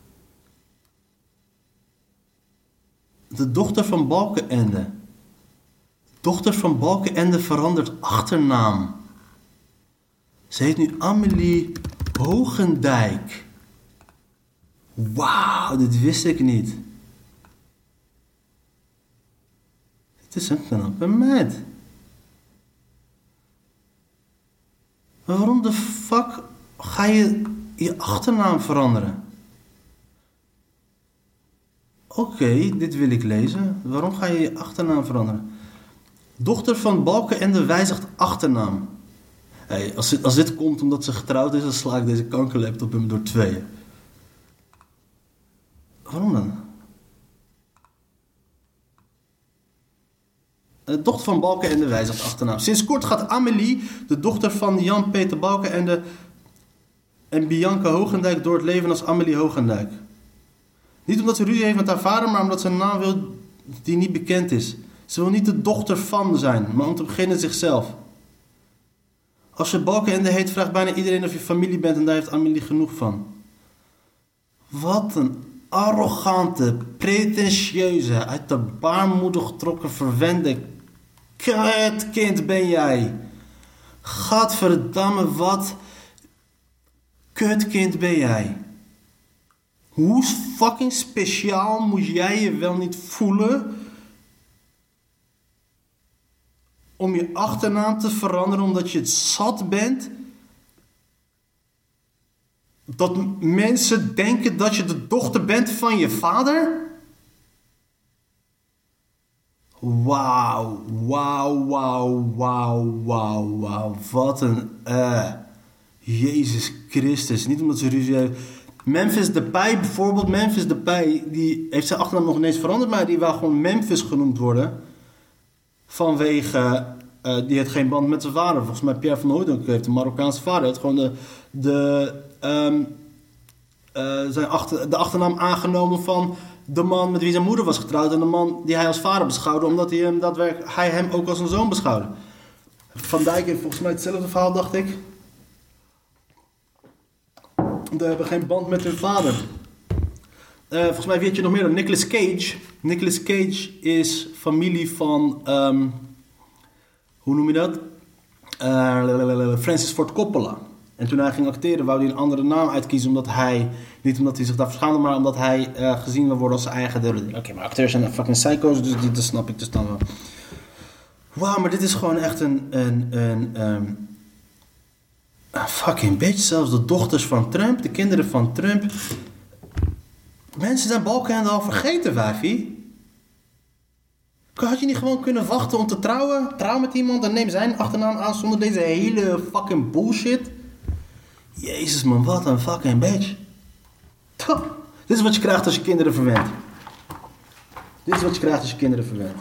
De dochter van Balkenende. Dochter van Balkenende verandert achternaam. Ze heet nu Amelie Hogendijk. Wauw, dit wist ik niet. Het is een knappe meid. Waarom de fuck ga je je achternaam veranderen? Oké, okay, dit wil ik lezen. Waarom ga je je achternaam veranderen? Dochter van Balkenende wijzigt achternaam. Hey, als, dit, als dit komt omdat ze getrouwd is, dan sla ik deze kankerlaptop hem door tweeën. Waarom dan? De dochter van Balkenende wijzigt achternaam. Sinds kort gaat Amelie, de dochter van Jan-Peter Balkenende en Bianca Hogendijk, door het leven als Amelie Hogendijk. Niet omdat ze ruzie heeft met haar vader, maar omdat ze een naam wil die niet bekend is. Ze wil niet de dochter van zijn, maar om te beginnen zichzelf. Als je Balkenende heet, vraagt bijna iedereen of je familie bent en daar heeft Amelie genoeg van. Wat een arrogante, pretentieuze, uit de baarmoeder getrokken, verwende kutkind ben jij. Gadverdamme, wat kutkind ben jij. Hoe fucking speciaal moet jij je wel niet voelen om je achternaam te veranderen omdat je het zat bent dat mensen denken dat je de dochter bent van je vader? Wauw, wauw, wauw, wauw, wauw, wauw. Wat een... Uh. Jezus Christus. Niet omdat ze ruzie hebben. Memphis Depay bijvoorbeeld. Memphis Depay, die heeft zijn achternaam nog ineens veranderd, maar die wou gewoon Memphis genoemd worden. Vanwege... Uh, die heeft geen band met zijn vader. Volgens mij Pierre van Hooydonk heeft een Marokkaanse vader. Hij heeft gewoon de... de um, uh, zijn achter, de achternaam aangenomen van de man met wie zijn moeder was getrouwd en de man die hij als vader beschouwde, omdat hij hem, daadwerkelijk, hij hem ook als een zoon beschouwde. Van Dijk heeft volgens mij hetzelfde verhaal, dacht ik. Ze hebben geen band met hun vader. Uh, volgens mij weet je nog meer dan Nicolas Cage. Nicolas Cage is familie van... Um, hoe noem je dat? Uh, Francis Ford Coppola. En toen hij ging acteren, wou hij een andere naam uitkiezen, omdat hij... Niet omdat hij zich daar verschaamde, maar omdat hij uh, gezien wil worden als zijn eigen derde. Oké, okay, maar acteurs zijn fucking psycho's, dus die, dat snap ik dus dan wel. Wauw, maar dit is gewoon echt een... een, een um, een fucking bitch. Zelfs de dochters van Trump, de kinderen van Trump. Mensen zijn Balkenende al vergeten, wijfie. Had je niet gewoon kunnen wachten om te trouwen? Trouw met iemand en neem zijn achternaam aan zonder deze hele fucking bullshit? Jezus man, wat een fucking bitch. Tuh. Dit is wat je krijgt als je kinderen verwendt. Dit is wat je krijgt als je kinderen verwendt.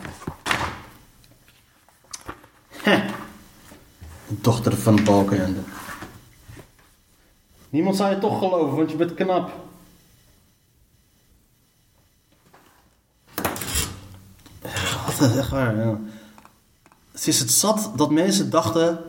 Heh. De dochter van Balkenende. Niemand zou je toch geloven, want je bent knap. God, dat is echt waar, ja. Het is het zat dat mensen dachten...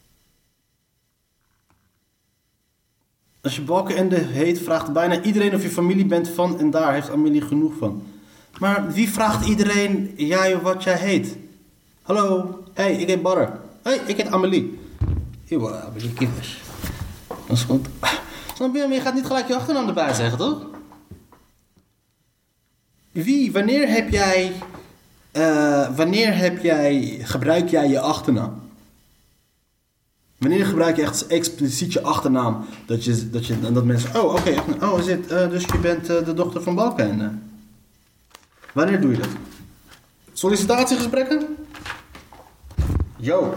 Als je Balkenende heet, vraagt bijna iedereen of je familie bent van en daar heeft Amelie genoeg van. Maar wie vraagt iedereen jij wat jij heet? Hallo, hey, ik heet Barre. Hey, ik heet Amelie. Eeuw, Amelie Kievers. Dat is goed. Snap je, maar je gaat niet gelijk je achternaam erbij zeggen, toch? Wie, wanneer heb jij... Uh, wanneer heb jij... Gebruik jij je achternaam? Wanneer gebruik je echt expliciet je achternaam? Dat je... Dat, je, dat mensen... Oh, oké. Okay, oh, is het... Uh, dus je bent uh, de dochter van Balkenende. Wanneer doe je dat? Sollicitatiegesprekken? Yo.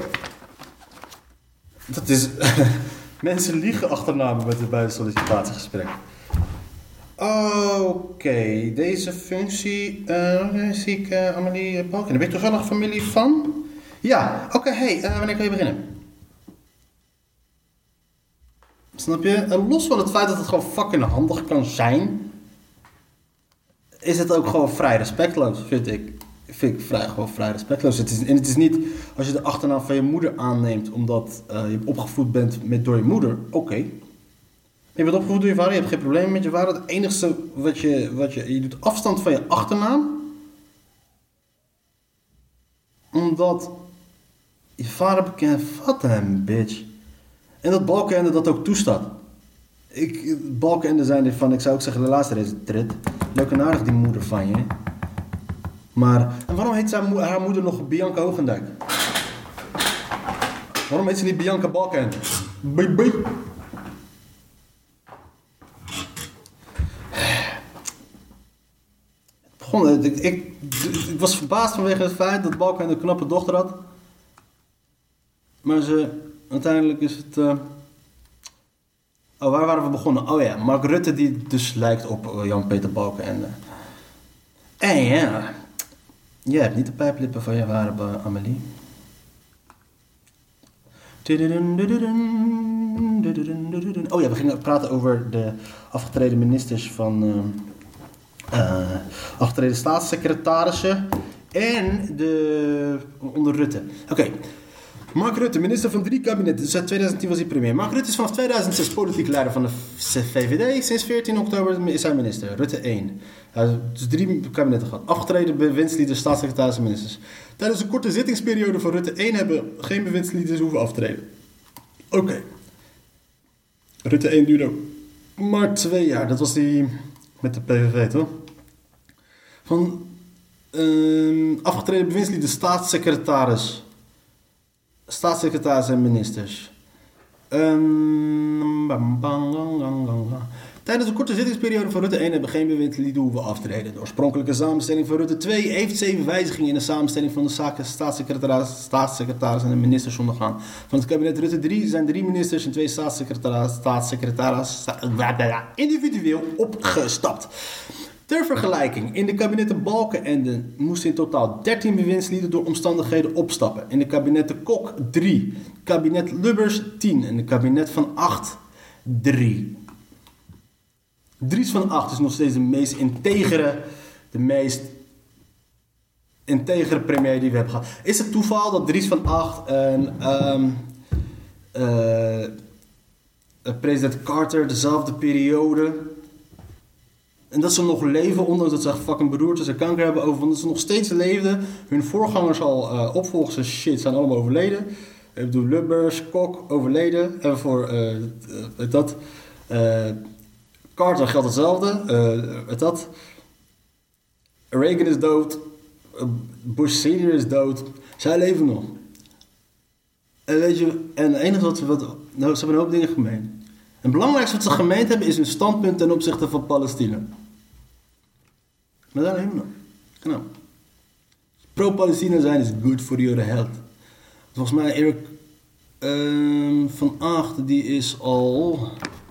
Dat is... mensen liegen achternamen met, bij een sollicitatiegesprek. Oké, okay, deze functie... Uh, zie ik uh, Amelie Balkenende. Ben je toevallig familie van? Ja, oké. Okay, hey, uh, wanneer kan je beginnen? Snap je? En los van het feit dat het gewoon fucking handig kan zijn... is het ook gewoon vrij respectloos, vind ik. Vind ik vrij, gewoon vrij respectloos. Het is, en het is niet als je de achternaam van je moeder aanneemt... omdat uh, je opgevoed bent met, door je moeder. Oké. Okay. Je bent opgevoed door je vader, je hebt geen probleem met je vader. Het enige wat je... Wat je, je doet afstand van je achternaam... omdat je vader bekend... Wat een bitch... En dat Balkenende dat ook toestaat. Ik, Balkenende zijn van, ik zou ook zeggen, de laatste deze trit. Leuk en aardig die moeder van je. Maar, en waarom heet zijn, haar moeder nog Bianca Hoogendijk? Waarom heet ze niet Bianca Balkenende? Baby. Begon, ik, ik, ik was verbaasd vanwege het feit dat Balkenende een knappe dochter had. Maar ze... Uiteindelijk is het... Uh... Oh, waar waren we begonnen? Oh ja, Mark Rutte die dus lijkt op uh, Jan-Peter Balkenende. En ja... Jij hebt niet de pijplippen van je vader, Amelie. Oh ja, we gingen praten over de afgetreden ministers van... Uh, uh, afgetreden staatssecretarissen en de... onder Rutte. Oké. Okay. Mark Rutte, minister van drie kabinetten. Dus uit twintig tien was hij premier. Mark Rutte is vanaf tweeduizend zes politiek leider van de V V D. Sinds veertien oktober is hij minister. Rutte één. Hij heeft dus drie kabinetten gehad. Afgetreden bewindslieden, staatssecretaris en ministers. Tijdens een korte zittingsperiode van Rutte één hebben geen bewindslieden hoeven af te treden. Oké. Okay. Rutte één duurde ook maar twee jaar. Dat was die met de P V V, toch? Van uh, afgetreden bewindslieden, staatssecretaris... Staatssecretaris en ministers. Um, Tijdens de korte zittingsperiode van Rutte één hebben geen bewindslieden hoeven aftreden. De oorspronkelijke samenstelling van Rutte twee heeft zeven wijzigingen in de samenstelling van de zaken staatssecretaris, staatssecretaris en de ministers ondergaan. Van het kabinet Rutte drie zijn drie ministers en twee staatssecretaris, staatssecretaris individueel opgestapt. Ter vergelijking, in de kabinetten Balkenende moesten in totaal dertien bewindslieden door omstandigheden opstappen. In de kabinetten Kok drie, kabinet Lubbers tien en de kabinet Van Agt drie. Dries van Agt is nog steeds de meest integere, de meest integere premier die we hebben gehad. Is het toeval dat Dries van Agt en um, uh, president Carter dezelfde periode, en dat ze nog leven, ondanks dat ze echt fucking beroerd en kanker hebben over, want dat ze nog steeds leefden. Hun voorgangers al, uh, opvolgers en shit zijn allemaal overleden. Ik bedoel, Lubbers, Kok, overleden. En voor uh, uh, dat... Uh, Carter geldt hetzelfde. Uh, dat. Reagan is dood. Uh, Bush senior is dood. Zij leven nog. En weet je, en het enige wat ze... Wat, nou, ze hebben een hoop dingen gemeen. Het belangrijkste wat ze gemeend hebben is hun standpunt ten opzichte van Palestina. Maar daar hebben we nog. Nou. Pro-Palestina zijn is good for your health. Volgens mij Erik uh, van Agt, die is al...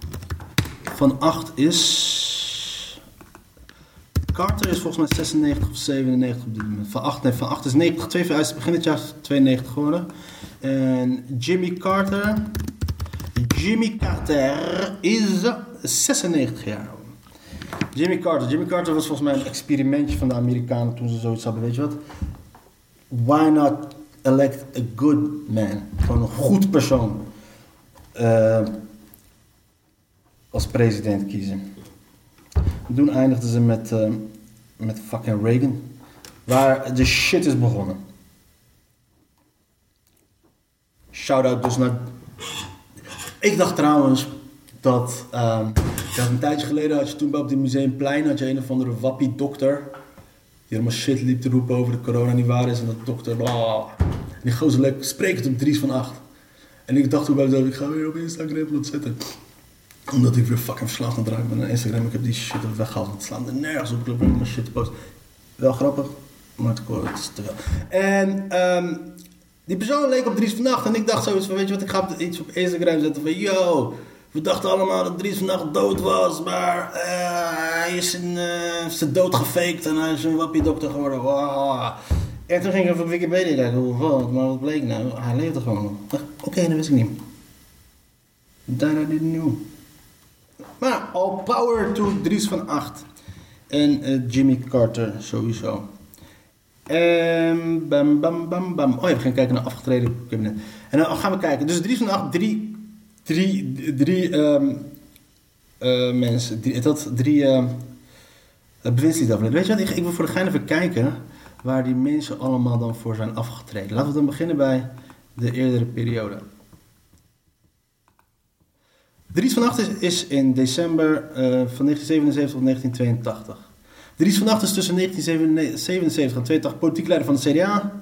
Van Agt is... Carter is volgens mij zesennegentig of zevenennegentig op dit moment. Van Agt, nee, Van Agt is negentig, twee, hij is begin dit jaar tweeënnegentig geworden. En Jimmy Carter... Jimmy Carter is zesennegentig jaar. Jimmy Carter. Jimmy Carter was volgens mij een experimentje van de Amerikanen toen ze zoiets hadden. Weet je wat? Why not elect a good man? Gewoon een goed persoon. Uh, als president kiezen. Toen eindigden ze met, uh, met fucking Reagan. Waar de shit is begonnen. Shout-out dus naar... Ik dacht trouwens dat... Um, dat een tijdje geleden had je toen op die Museumplein... had je een of andere wappie dokter... die helemaal shit liep te roepen over de corona niet waar is... en dat dokter... Blah. En die gozer leuk sprekend op Dries van Agt. En ik dacht toen bij mezelf... ik ga weer op Instagram dat zetten. Omdat ik weer fucking verslaafd aan het raken ben aan Instagram. Ik heb die shit op weggehaald. Het slaan er nergens op. Ik loop helemaal shit te posten. Wel grappig, maar het is te wel. En um, die persoon leek op Dries van Agt. En ik dacht zoiets van, weet je wat, ik ga iets op Instagram zetten van... Yo, we dachten allemaal dat Dries van Agt dood was. Maar uh, hij is een, uh, zijn dood gefaked. En hij is een wappie dokter geworden. Wow. En toen ging ik even op Wikipedia kijken. Hoe wat, maar wat bleek nou? Hij leefde gewoon nog. Oké, okay, dat wist ik niet. That I didn't know. Maar all power to Dries van Agt. En uh, Jimmy Carter sowieso. En bam bam bam bam. Oh ja, we gaan kijken naar afgetreden kabinet. En dan gaan we kijken. Dus Dries van Agt, drie, drie, drie um, uh, mensen. Drie, dat, drie uh, bewindslieden overleden. Weet je wat, ik, ik wil voor de gein even kijken waar die mensen allemaal dan voor zijn afgetreden. Laten we dan beginnen bij de eerdere periode. Dries van Agt is, is in december uh, van negentien zevenenzeventig tot negentien tweeëntachtig. Dries van Agt is tussen negentien zevenenzeventig en tweeëntachtig politiek leider van de C D A.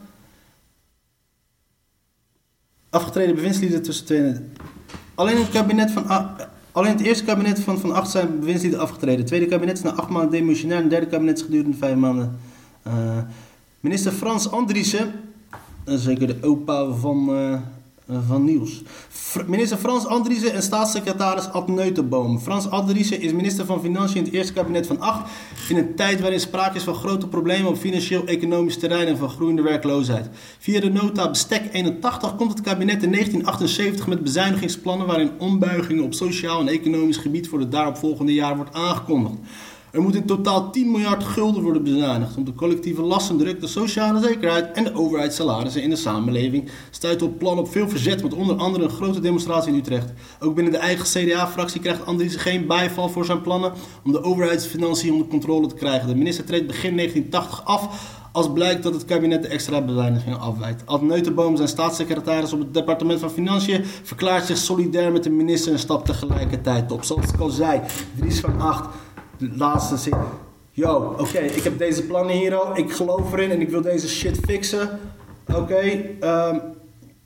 Afgetreden bewindslieden tussen twee... Alleen het kabinet van... Uh, alleen het eerste kabinet van Van Agt zijn bewindslieden afgetreden. Het tweede kabinet is na acht maanden demissionair en het derde kabinet is gedurende vijf maanden. Uh, minister Frans Andriessen, uh, zeker de opa van... Uh, Van Niels. Minister Frans Andriessen en staatssecretaris Ad Neutenboom. Frans Andriessen is minister van Financiën in het eerste kabinet van Agt. In een tijd waarin sprake is van grote problemen op financieel-economisch terrein en van groeiende werkloosheid. Via de nota Bestek eenentachtig komt het kabinet in negentien achtenzeventig met bezuinigingsplannen waarin ombuigingen op sociaal en economisch gebied voor het daaropvolgende jaar wordt aangekondigd. Er moet in totaal tien miljard gulden worden bezuinigd om de collectieve lastendruk, de sociale zekerheid en de overheidssalarissen in de samenleving stuit op plan op veel verzet, met onder andere een grote demonstratie in Utrecht. Ook binnen de eigen C D A-fractie krijgt Andriessen geen bijval voor zijn plannen om de overheidsfinanciën onder controle te krijgen. De minister treedt begin negentien tachtig af als blijkt dat het kabinet de extra bezuinigingen afwijkt. Ad Neutenboom, zijn staatssecretaris op het departement van Financiën, verklaart zich solidair met de minister en stapt tegelijkertijd op. Zoals ik al zei, Dries van Agt... De laatste zin. Yo, oké, okay, ik heb deze plannen hier al. Ik geloof erin en ik wil deze shit fixen. Oké, okay, um,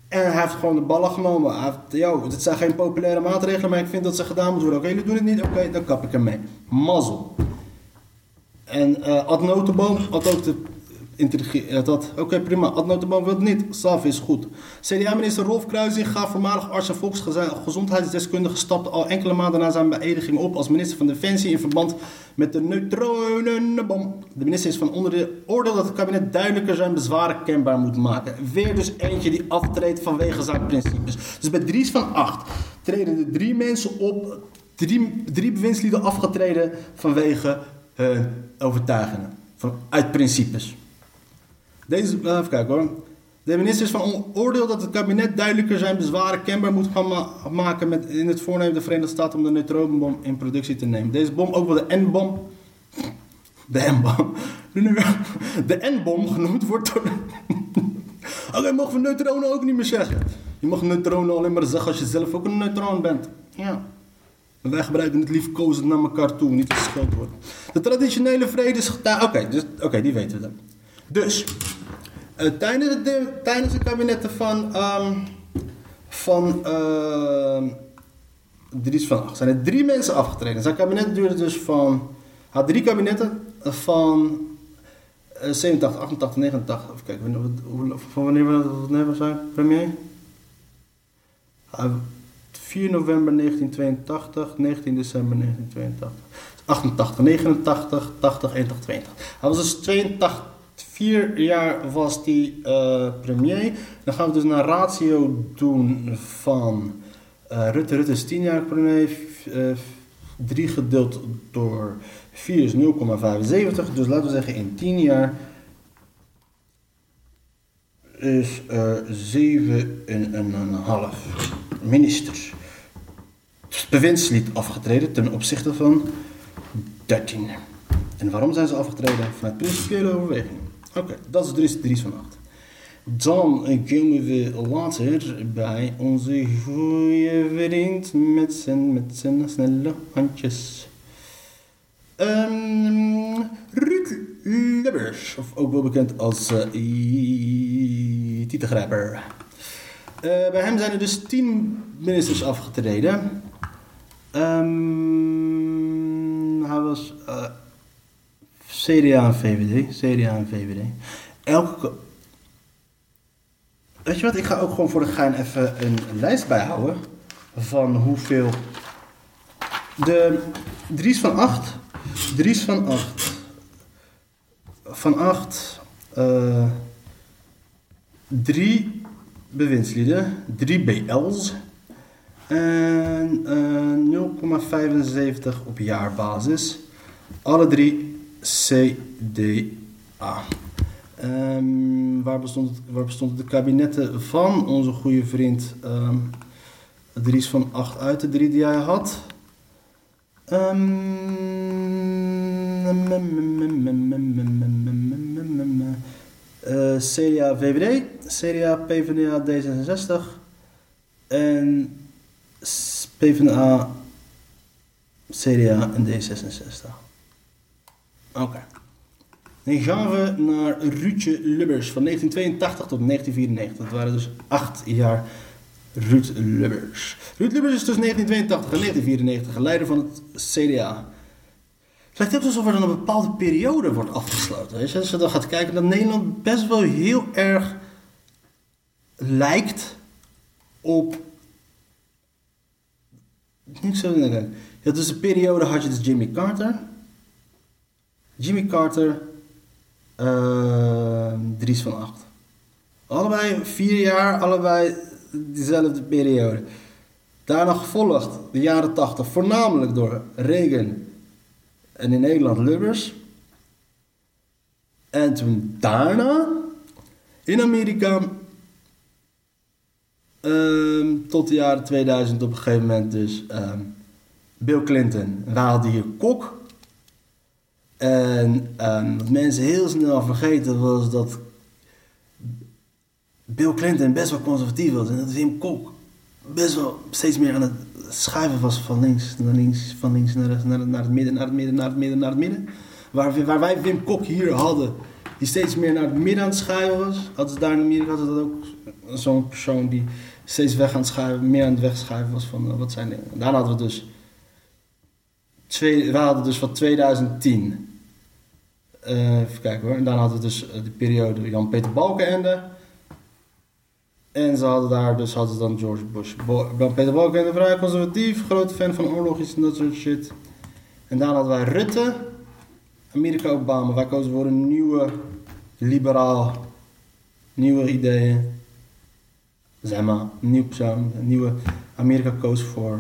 En hij heeft gewoon de ballen genomen. Hij heeft, yo, dit zijn geen populaire maatregelen, maar ik vind dat ze gedaan moeten worden. Oké, jullie doen het niet? Oké, dan kap ik ermee. Mazzel. En uh, Ad Notenboom had ook de intelligentie. Oké, okay, prima. Ad Notenboom wil het niet. Saf is goed. C D A-minister Rolf Kruisinga, voormalig arts en volksgezondheidsdeskundige, stapte al enkele maanden na zijn beëdiging op als minister van Defensie in verband met de neutronenbom. De minister is van onder de oordeel dat het kabinet duidelijker zijn bezwaren kenbaar moet maken. Weer dus eentje die aftreedt vanwege zijn principes. Dus bij Dries van Acht treden er drie mensen op, drie, drie bewindslieden afgetreden vanwege hun overtuigingen. Vanuit principes. Deze, even kijken hoor. De minister is van oordeel dat het kabinet duidelijker zijn bezwaren kenbaar moet gaan ma- maken met in het voornemen de Verenigde Staten om de neutronenbom in productie te nemen. Deze bom, ook wel de N-bom, de N-bom, de N-bom genoemd wordt door... Oké, okay, mogen we neutronen ook niet meer zeggen. Je mag neutronen alleen maar zeggen als je zelf ook een neutron bent. Ja. En wij gebruiken het liefkozend naar elkaar toe, niet als scheldwoord. De traditionele vredesgetuige... Oké, okay, dus, okay, die weten we dan. Dus, uh, tijdens, de, tijdens de kabinetten van... Um, van... Uh, Dries van Acht zijn er drie mensen afgetreden. Zijn kabinet duurde dus van... Had drie kabinetten van... Uh, zevenentachtig, achtentachtig, negenentachtig... Even kijken, van wanneer we we zijn, premier? Uh, vier november negentien tweeëntachtig, negentien december negentien tweeëntachtig. achtentachtig, negenentachtig, tachtig, eenentachtig, tweeëntachtig. Hij was dus tweeëntachtig, vier jaar was hij uh, premier. Dan gaan we dus een ratio doen van uh, Rutte. Rutte is tien jaar premier. Uh, drie gedeeld door vier is nul komma vijfenzeventig. Dus laten we zeggen in tien jaar is er zeven en een half ministers. Het bewindslied afgetreden ten opzichte van dertien. En waarom zijn ze afgetreden? Vanuit principiële overweging. Oké, okay, dat is Dries, Dries van Acht. Dan komen we later bij onze goede vriend met zijn, met zijn snelle handjes. Um, Ruud Lubbers, of ook wel bekend als uh, Tietegrijper. Uh, bij hem zijn er dus tien ministers afgetreden. Um, hij was uh, C D A en V V D. C D A en V V D. Elke... Weet je wat, ik ga ook gewoon voor de gein even een lijst bijhouden van hoeveel... De Dries van Acht... Dries van Acht... Van Acht... Uh, drie bewindslieden, drie B L's en uh, nul komma vijfenzeventig op jaarbasis. Alle drie C D A. Um, waar, bestond het, waar bestond de kabinetten van onze goede vriend um, Dries van Acht uit, de drie die hij had? Um, Uh, C D A, V V D, C D A, P V D A, D zesenzestig en P V D A, C D A en D zesenzestig. Oké. Okay. Dan gaan we naar Ruudje Lubbers van negentien tweeëntachtig tot negentien vierennegentig. Dat waren dus acht jaar Ruud Lubbers. Ruud Lubbers is tussen negentien tweeëntachtig en negentien vierennegentig leider van het C D A. Het lijkt ook alsof er dan een bepaalde periode wordt afgesloten. Weet je? Als je dan gaat kijken dat Nederland best wel heel erg lijkt op... Niet zo denken. Ja, dus de periode had je dus Jimmy Carter. Jimmy Carter. Uh, Dries van Acht. Allebei vier jaar, allebei diezelfde periode. Daarna gevolgd de jaren tachtig, voornamelijk door Reagan. En in Nederland Lubbers. En toen daarna in Amerika um, tot de jaren tweeduizend op een gegeven moment dus um, Bill Clinton. En daar hadden hier Kok. En um, wat mensen heel snel vergeten was dat Bill Clinton best wel conservatief was. En dat Wim Kok best wel steeds meer aan het schuiven was van links naar links, van links naar rechts, naar, naar het midden, naar het midden, naar het midden, naar het midden. Waar, waar wij Wim Kok hier hadden die steeds meer naar het midden aan het schuiven was. Hadden ze daar in Amerika hadden ze dat ook zo'n persoon die steeds weg aan het schuiven, meer aan het wegschuiven was van uh, wat zijn dingen. En daarna hadden we dus, twee, we hadden dus van tweeduizend tien, uh, even kijken hoor, en daarna hadden we dus uh, de periode Jan-Peter Balkenende. En ze hadden daar dus hadden ze dan George Bush. Jan-Peter Balkenende, vrij conservatief, grote fan van oorlogjes en dat soort shit. En daarna hadden wij Rutte, Amerika Obama. Wij kozen voor een nieuwe, liberaal, nieuwe ideeën. Zeg maar, een nieuw persoon, een nieuwe. Amerika koos voor.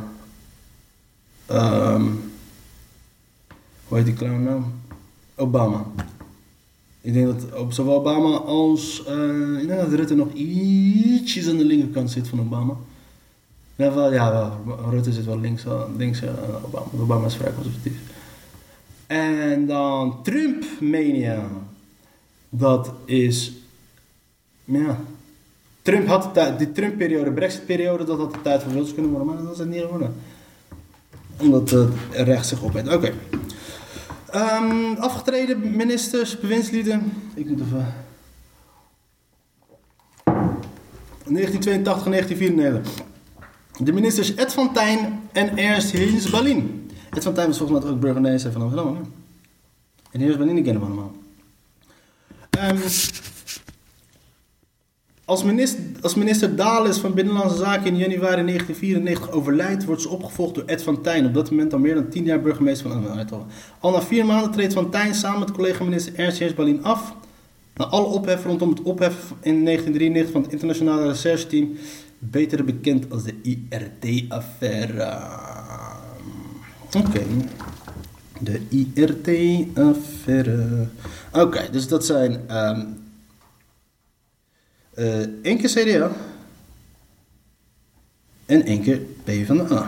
Um, hoe heet die clown nou? Obama. Ik denk dat zowel Obama als. Uh, ik denk dat Rutte nog ietsjes aan de linkerkant zit van Obama. Ja, wel, ja, wel. Rutte zit wel links, links uh, Obama. Obama is vrij conservatief. En dan Trump-mania. Dat is. Ja. Trump had de tijd, die Trump-periode, Brexit-periode, dat had de tijd voor Wilders kunnen worden, maar dat is het niet geworden. Omdat het uh, recht zich opheet. Oké. Okay. Um, afgetreden ministers, bewindslieden. Ik moet even. negentien tweeëntachtig en negentien vierennegentig. De ministers Ed van Tijn en Ernst Heers Ballin. Ed van Tijn was volgens mij ook burgemeester van Amsterdam. Hè? En Heers Ballin, die kennen we allemaal. Um, als, minister, als minister Dales van Binnenlandse Zaken in januari negentien vierennegentig overlijdt, wordt ze opgevolgd door Ed van Tijn. Op dat moment al meer dan tien jaar burgemeester van Amsterdam. Al na vier maanden treedt Van Tijn samen met collega-minister Ernst Heers Ballin af. Na alle ophef rondom het ophef in negentien drieënnegentig van het internationale rechercheteam, beter bekend als de I R T-affaire. Oké, okay. De I R T-affaire. Oké, okay, dus dat zijn um, uh, één keer C D A en één keer PvdA.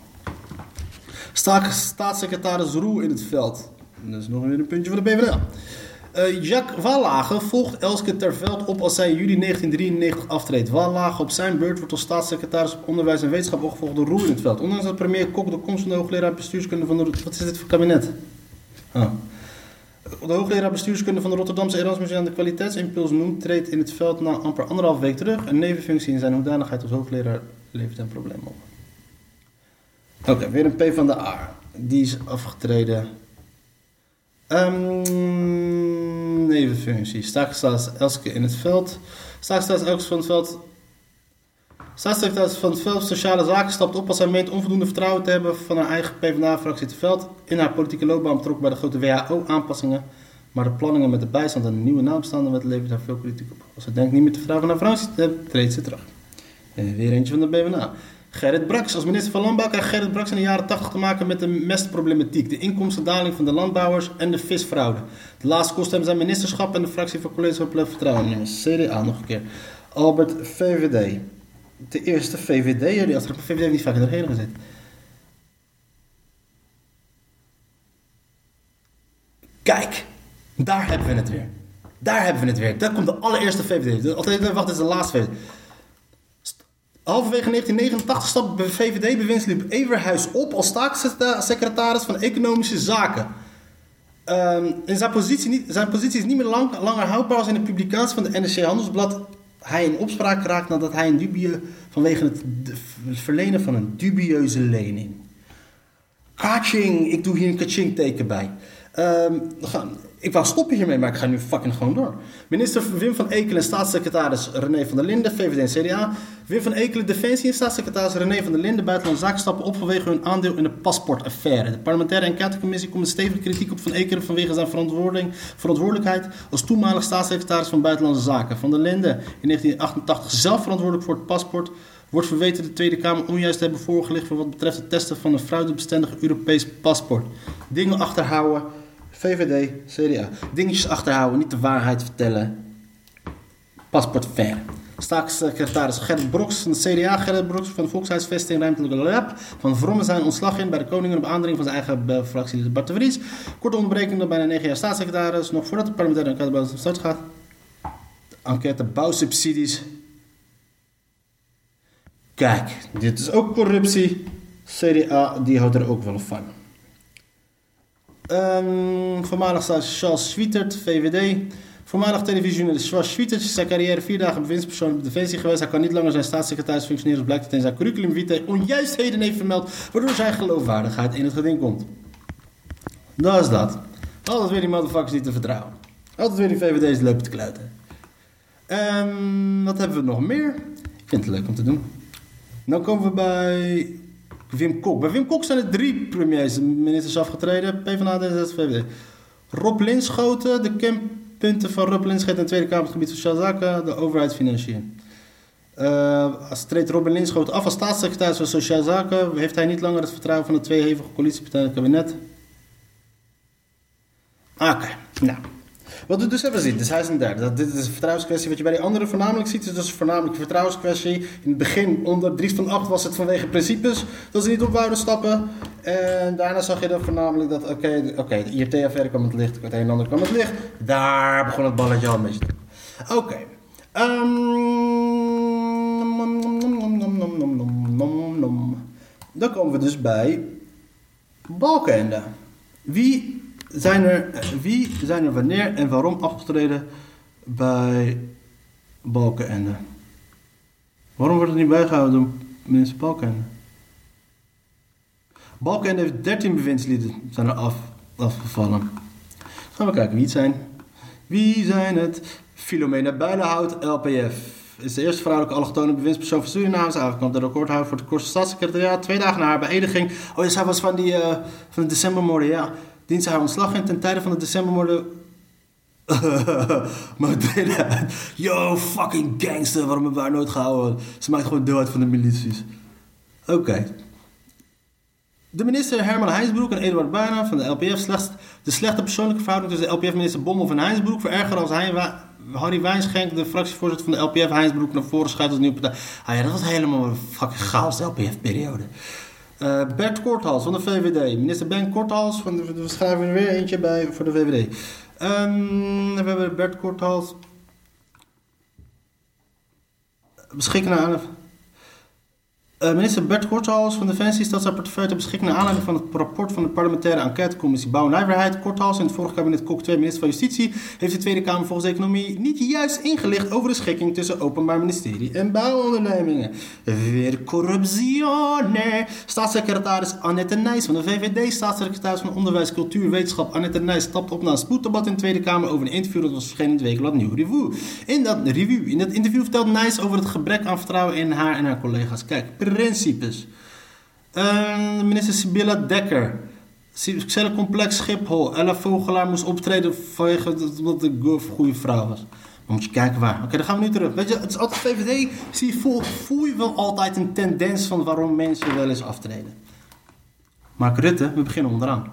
Staak staatssecretaris Roel in het veld. Dat is nog weer een puntje voor de PvdA. Uh, Jacques Wallage volgt Elske ter Veld op als zij in juli negentien drieënnegentig aftreedt. Wallage op zijn beurt wordt als staatssecretaris op onderwijs en wetenschap opgevolgd door Roel in het veld. Ondanks dat premier Kok de komst van de hoogleraar bestuurskunde van de... Wat is dit voor kabinet? Ah. De hoogleraar bestuurskunde van de Rotterdamse Erasmus aan de kwaliteitsimpuls noemt, treedt in het veld na amper anderhalf week terug. Een nevenfunctie in zijn hoedanigheid als hoogleraar levert een probleem op. Oké, okay, weer een P van de A. Die is afgetreden. Um, nevenfunctie. Staatssecretaris Elske in het veld. Staatssecretaris Elske van het veld. Staatssecretaris van het veld Sociale Zaken stapt op als hij meent onvoldoende vertrouwen te hebben van haar eigen PvdA-fractie te veld. In haar politieke loopbaan betrokken bij de grote W H O-aanpassingen. Maar de planningen met de bijstand en de nieuwe naamstaande wet levert haar veel kritiek op. Als ze denkt niet meer te vertrouwen van haar fractie te hebben, treedt ze terug. En weer eentje van de PvdA. Gerrit Brax. Als minister van Landbouw krijgt Gerrit Brax in de jaren tachtig te maken met de mestproblematiek, de inkomstendaling van de landbouwers en de visfraude. De laatste kost hem zijn ministerschap en de fractie voor college van Plef Vertrouwen. Jongens, C D A nog een keer. Albert V V D. De eerste V V D'er die als er V V D heeft niet vaak in de regering gezeten. Kijk, daar hebben we het weer. Daar hebben we het weer. Daar komt de allereerste V V D. Altijd, wacht, dit is de laatste V V D. Halverwege negentien negenentachtig stapte de V V D-bewindslied Everhuis op als staatssecretaris van Economische Zaken. Um, in zijn, positie niet, zijn positie is niet meer lang, langer houdbaar als in de publicatie van de N R C Handelsblad hij in opspraak raakt nadat hij een dubie vanwege het verlenen van een dubieuze lening. Kaching, ik doe hier een kaching teken bij. Um, gaan, ik wou stoppen hiermee, maar ik ga nu fucking gewoon door. Minister Wim van Ekelen en staatssecretaris René van der Linden, V V D en C D A. Wim van Ekelen, Defensie en staatssecretaris René van der Linden, Buitenlandse Zaken, stappen op vanwege hun aandeel in de paspoortaffaire. De parlementaire enquêtecommissie komt met stevige kritiek op Van Ekelen vanwege zijn verantwoording, verantwoordelijkheid als toenmalig staatssecretaris van Buitenlandse Zaken. Van der Linden, in negentien achtentachtig zelf verantwoordelijk voor het paspoort, wordt verweten de Tweede Kamer onjuist te hebben voorgelegd voor wat betreft het testen van een fraudebestendig Europees paspoort. Dingen achterhouden. V V D, C D A. Dingetjes achterhouden, niet de waarheid vertellen. Paspoortaffaire. Staatssecretaris Gerrit Broks van de C D A. Gerrit Broks van de Volkshuisvesting Ruimtelijke Lab. Van Vrommen zijn ontslag in bij de koning op aandring van zijn eigen fractielid Bart de Vries. Korte onderbreking door bijna negen jaar staatssecretaris. Nog voordat de parlementaire enquête van start gaat. De enquête bouwsubsidies. Kijk, dit is ook corruptie. C D A, die houdt er ook wel van. Um, voormalig staatssecretaris Charles Swietert, V V D. Voormalig televisiejournalist Schwarz Schwietert is zijn carrière vier dagen bewindspersoon op Defensie geweest. Hij kan niet langer zijn staatssecretaris functioneren, als blijkt dat hij in zijn curriculum vitae onjuistheden heeft vermeld, waardoor zijn geloofwaardigheid in het geding komt. Dat is dat. Altijd weer die motherfuckers niet te vertrouwen. Altijd weer die V V D's lopen te kluiten. Um, wat hebben we nog meer? Ik vind het leuk om te doen. Dan komen we bij Wim Kok. Bij Wim Kok zijn er drie premiers, ministers afgetreden. PvdA, D zesenzestig, V V D. Rob Linschoten, de kernpunten van Rob Linschoten in de Tweede Kamer op het gebied van sociale zaken, de overheidsfinanciën. Uh, als treedt Robin Linschoten af als staatssecretaris van Sociale Zaken, heeft hij niet langer het vertrouwen van de twee hevige coalitiepartijen in het kabinet. Oké, okay. Nou. Wat we dus hebben gezien, dus hij is een derde. Dat, dit is een vertrouwenskwestie. Wat je bij die anderen voornamelijk ziet, is dus voornamelijk een vertrouwenskwestie. In het begin, onder Dries van Acht, was het vanwege principes dat ze niet op wouden stappen. En daarna zag je dan voornamelijk dat, oké, okay, okay, de I R T-affaire kwam het licht, het een en ander kwam het licht. Daar begon het balletje al een beetje te doen. Oké. Okay. Um, dan komen we dus bij Balkenende. Wie... Zijn er, wie zijn er wanneer en waarom afgetreden bij Balkenende? Waarom wordt het niet bijgehouden door minister Balkenende? Balkenende heeft dertien bewindslieden zijn er af, afgevallen. Gaan we kijken wie het zijn. Wie zijn het? Philomena Bijlenhout, L P F. Is de eerste vrouwelijke allochtone bewindspersoon van Suriname. Is aangekomen de recordhouder voor het kortste staatssecretariaat. Twee dagen na haar beëdiging. Oh ja, zij was van, die, uh, van de decembermoorden, ja. Dient ze haar ontslag in ten tijde van de decembermoorden. Maar yo, fucking gangster, waarom hebben we haar nooit gehouden? Ze maakt gewoon deel uit van de milities. Oké. Okay. De minister Herman Heinsbroek en Eduard Bijna van de L P F slechts de slechte persoonlijke verhouding tussen de L P F-minister Bommel en Heinsbroek verergeren als hij, Harry Wijnschenk, de fractievoorzitter van de L P F, Heinsbroek naar voren schuift als nieuwe partij. Ah ja, dat was helemaal een fucking chaos, de L P F-periode. Uh, Bert Korthals van de V V D. Minister Ben Korthals, van de, we schrijven er weer eentje bij voor de V V D. Um, we hebben Bert Korthals. Beschikken naar aanleiding. Uh, minister Bert Korthals van Defensie stelt zijn portefeuille ter beschikking naar aanleiding van het rapport van de parlementaire enquêtecommissie Bouw en Nijverheid. Korthals, in het vorige kabinet Kok twee, minister van Justitie, heeft de Tweede Kamer volgens de Economie niet juist ingelicht over de schikking tussen Openbaar Ministerie en bouwondernemingen. Weer corruptione. Staatssecretaris Annette Nijs van de V V D, staatssecretaris van Onderwijs, Cultuur, Wetenschap Annette Nijs stapt op na een spoeddebat in de Tweede Kamer over een interview dat was verschenen in het weekblad Nieuw Review. In dat review, in dat interview vertelt Nijs over het gebrek aan vertrouwen in haar en haar collega's. Kijk, principes. Uh, minister Sibylla Dekker. Cellencomplex Schiphol. Ella Vogelaar moest optreden vanwege dat de Gulf een goede vrouw was. Dan moet je kijken waar. Oké, okay, dan gaan we nu terug. Weet je, het is altijd V V D. Zie je, voel, voel je wel altijd een tendens van waarom mensen wel eens aftreden. Mark Rutte, we beginnen onderaan.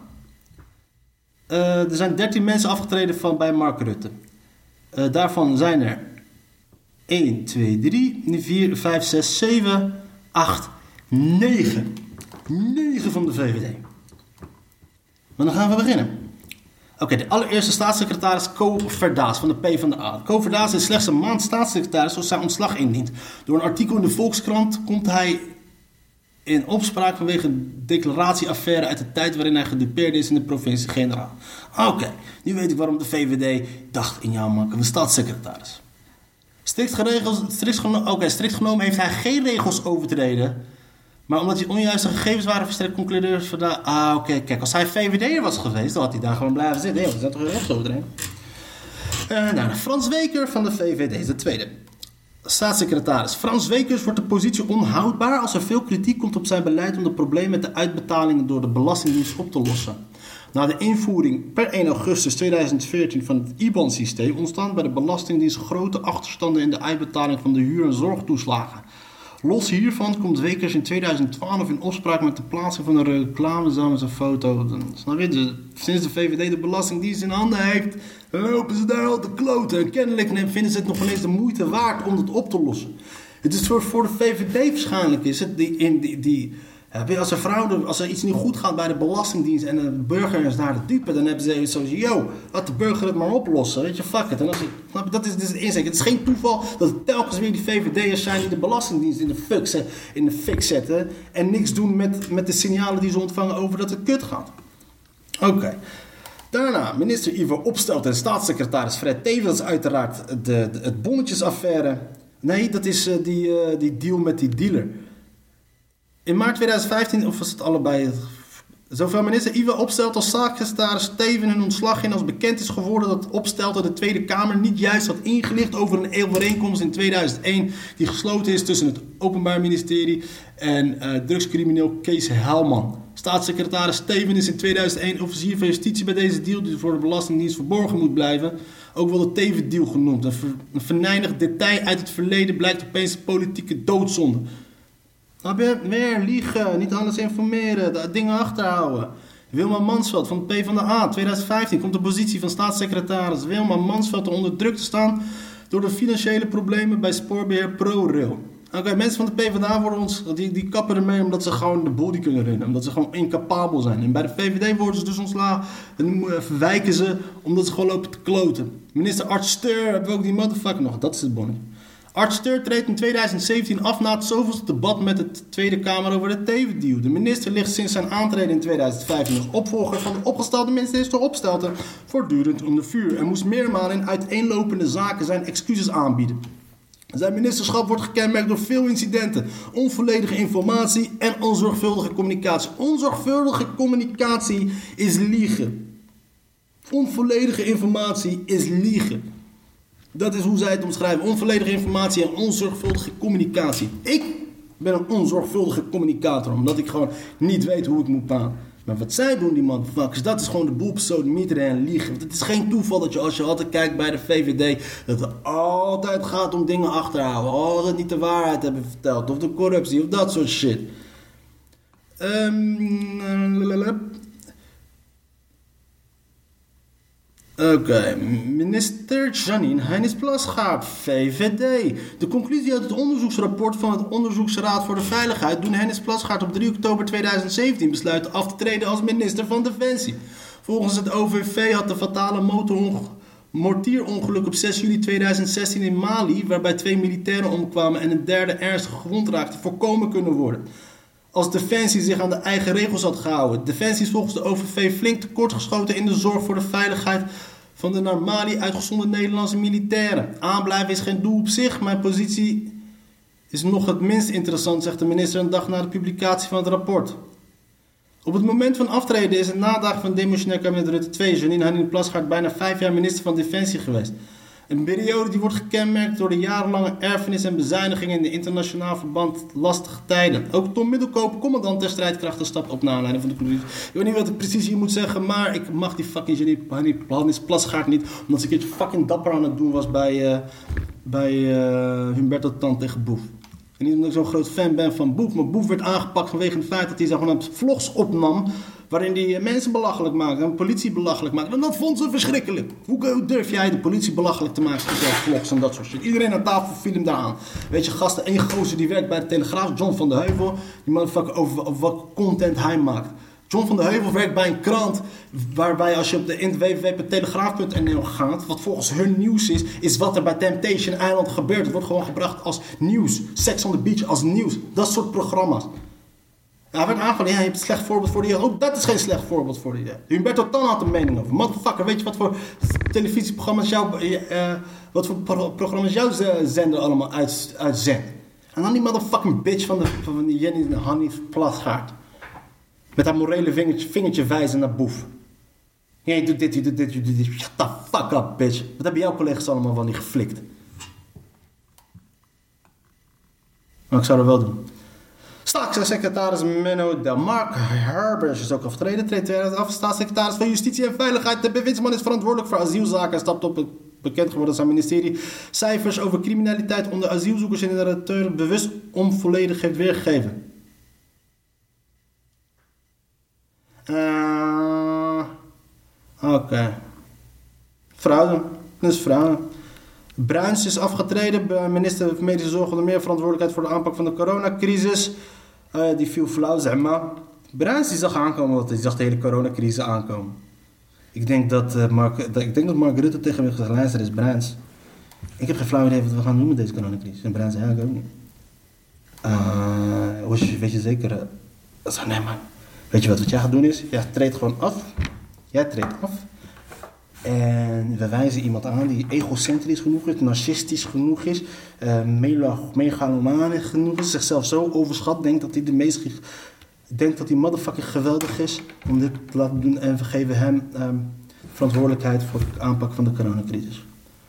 Uh, er zijn dertien mensen afgetreden van, bij Mark Rutte. Uh, daarvan zijn er één, twee, drie, vier, vijf, zes, zeven, acht, negen. negen van de V V D. Maar dan gaan we beginnen. Oké, okay, de allereerste staatssecretaris Co Verdaas van de PvdA. Co Verdaas is slechts een maand staatssecretaris als hij ontslag indient. Door een artikel in de Volkskrant komt hij in opspraak vanwege een declaratieaffaire uit de tijd waarin hij gedupeerd is in de provincie-generaal. Oké, okay, nu weet ik waarom de V V D dacht in jou maken, een staatssecretaris. Strikt, geregeld, strikt, geno- okay, strikt genomen heeft hij geen regels overtreden. Maar omdat die onjuiste gegevens waren verstrekt, concludeerde vandaag. Ah, oké, okay, kijk, als hij V V D'er was geweest, dan had hij daar gewoon blijven zitten. Nee, dat is toch een rechtsovertreding. Uh, nou, Frans Weker van de V V D is de tweede. Staatssecretaris Frans Wekers wordt de positie onhoudbaar als er veel kritiek komt op zijn beleid om de problemen met de uitbetalingen door de Belastingdienst op te lossen. Na de invoering per één augustus tweeduizend veertien van het I B A N-systeem ontstaan bij de Belastingdienst grote achterstanden in de uitbetaling van de huur- en zorgtoeslagen. Los hiervan komt Wekers in tweeduizend twaalf in opspraak met de plaatsing van een reclamezaal met zijn foto. Dan, snap je? Dus sinds de V V D de Belastingdienst in handen heeft, lopen ze daar al te kloten. En kennelijk vinden ze het nog ineens de moeite waard om dat op te lossen. Het is voor, voor de V V D waarschijnlijk is het die... In die, die als er, fraude, als er iets niet goed gaat bij de Belastingdienst en de burger is daar de dupe, dan hebben ze zoiets, yo, laat de burger het maar oplossen, weet je, fuck it. En als het, dat is dus het inzicht. Het is geen toeval dat het telkens weer die V V D'ers zijn die de Belastingdienst in de, fuck, in de fik zetten en niks doen met, met de signalen die ze ontvangen over dat het kut gaat. Oké. Okay. Daarna minister Ivo Opstelten en staatssecretaris Fred Tevens uiteraard de, de, het bonnetjesaffaire. Nee, dat is uh, die, uh, die deal met die dealer. In maart twintig vijftien, of was het allebei... Zowel minister Ivo Opstelten als staatssecretaris Tevens hun ontslag in als bekend is geworden dat Opstelten de Tweede Kamer niet juist had ingelicht over een overeenkomst in tweeduizend één die gesloten is tussen het Openbaar Ministerie en uh, drugscrimineel Kees Helman. Staatssecretaris Tevens is in tweeduizend één officier van justitie bij deze deal die voor de Belastingdienst verborgen moet blijven. Ook wel de Tevens-deal genoemd. Een, ver, een venijnig detail uit het verleden blijkt opeens een politieke doodzonde. Nou, weer liegen, niet alles informeren, dingen achterhouden. Wilma Mansveld van de PvdA, twintig vijftien, komt de positie van staatssecretaris Wilma Mansveld onder druk te staan door de financiële problemen bij spoorbeheer ProRail. Oké, okay, mensen van de PvdA worden ons, die, die kappen ermee omdat ze gewoon de boel die kunnen runnen, omdat ze gewoon incapabel zijn. En bij de V V D worden ze dus ontslagen en verwijken ze omdat ze gewoon lopen te kloten. Minister Art Steur hebben we ook die motherfucker nog, dat is het bonnetje. Art Steur treedt in tweeduizend zeventien af na het zoveelste debat met de Tweede Kamer over de Tevens-deal. De minister ligt sinds zijn aantreden in tweeduizend vijftien als opvolger van de opgestelde minister Opstelten voortdurend onder vuur en moest meermalen in uiteenlopende zaken zijn excuses aanbieden. Zijn ministerschap wordt gekenmerkt door veel incidenten, onvolledige informatie en onzorgvuldige communicatie. Onzorgvuldige communicatie is liegen. Onvolledige informatie is liegen. Dat is hoe zij het omschrijven. Onvolledige informatie en onzorgvuldige communicatie. Ik ben een onzorgvuldige communicator, omdat ik gewoon niet weet hoe ik moet praten. Maar wat zij doen, die motherfuckers, dat is gewoon de boel pseudonieteren en liegen. Want het is geen toeval dat je als je altijd kijkt bij de V V D, dat het altijd gaat om dingen achterhouden. Altijd niet de waarheid hebben verteld. Of de corruptie, of dat soort shit. Um, Oké, okay. Minister Janine Hennis-Plasgaard, V V D. De conclusie uit het onderzoeksrapport van het Onderzoeksraad voor de Veiligheid doen Hennis-Plasgaard op drie oktober tweeduizend zeventien besluiten af te treden als minister van Defensie. Volgens het O V V had de fatale motorongeluk mortierongeluk op zes juli tweeduizend zestien in Mali, waarbij twee militairen omkwamen en een derde ernstig gewond raakte, voorkomen kunnen worden. Als Defensie zich aan de eigen regels had gehouden. Defensie is volgens de O V V flink tekortgeschoten in de zorg voor de veiligheid van de naar Mali uitgezonden Nederlandse militairen. Aanblijven is geen doel op zich. Mijn positie is nog het minst interessant, zegt de minister een dag na de publicatie van het rapport. Op het moment van aftreden is het nadagen van het demissionair kabinet Rutte twee, Janine Hennis-Plasgaard, bijna vijf jaar minister van Defensie geweest. Een periode die wordt gekenmerkt door de jarenlange erfenis en bezuinigingen in de internationaal verband lastige tijden. Ook Tom Middelkoop, commandant der strijdkrachten, stapt op naar aanleiding van de conclusie. Ik weet niet wat ik precies hier moet zeggen, maar ik mag die fucking Janine Hennis-Plasgaard niet, omdat ze een keertje fucking dapper aan het doen was bij, uh, bij uh, Humberto Tan tegen Boef. En niet omdat ik zo'n groot fan ben van Boef, maar Boef werd aangepakt vanwege het feit dat hij zogenaamd vlogs opnam, waarin hij mensen belachelijk maakte en de politie belachelijk maakte. En dat vond ze verschrikkelijk. Hoe durf jij de politie belachelijk te maken met vlogs en dat soort shit? Iedereen aan tafel viel hem daar aan. Weet je, gasten, één gozer die werkt bij de Telegraaf, John van de Heuvel, die motherfucker over, over wat content hij maakt. John van de Heuvel werkt bij een krant waarbij als je op de w w w punt telegraaf punt n l gaat, wat volgens hun nieuws is, is wat er bij Temptation Island gebeurt. Het wordt gewoon gebracht als nieuws. Sex on the Beach als nieuws. Dat soort programma's. Hij werd aangevallen, ja, je hebt een slecht voorbeeld voor die. Oh, dat is geen slecht voorbeeld voor die. Humberto Tan had een mening over. Motherfucker, weet je wat voor televisieprogramma's jouw, uh, wat voor pro- programma's jouw zender allemaal uit, uitzendt? En dan die motherfucking bitch van, de, van die Jenny Hennis-Plasgaard. Met haar morele vingertje, vingertje wijzen naar Boef. Ja, je doet dit, je doet dit, je doet dit. Shut the fuck up, bitch. Wat hebben jouw collega's allemaal van die geflikt? Maar ik zou dat wel doen. Staatssecretaris Menno Delmarque Herbers is ook afgetreden. Treedt af. Staatssecretaris van Justitie en Veiligheid. De bewindsman is verantwoordelijk voor asielzaken en stapt op het bekend geworden zijn ministerie cijfers over criminaliteit onder asielzoekers in de redacteur bewust onvolledig heeft weergegeven. Uh, Oké. Okay. Fraude. Dat is fraude. Bruins is afgetreden. Minister van Medische Zorg onder meer verantwoordelijkheid voor de aanpak van de coronacrisis. Uh, die viel flauw, zeg maar. Bruins die zag aankomen, want hij zag de hele coronacrisis aankomen. Ik denk dat, uh, Mark, dat, ik denk dat Mark Rutte tegen me gezegd, luister eens, Bruins. Ik heb geen flauw idee wat we gaan doen met deze coronacrisis. En Bruins zei, ja, ik ook niet. Uh, weet je zeker? Uh, zei, nee man. Weet je wat, wat jij gaat doen is? Jij treedt gewoon af. Jij treedt af. En we wijzen iemand aan die egocentrisch genoeg is, narcistisch genoeg is, uh, megalomaan genoeg is, zichzelf zo overschat, denkt dat hij de meest, denkt dat hij motherfucking geweldig is om dit te laten doen en we geven hem um, verantwoordelijkheid voor de aanpak van de coronacrisis.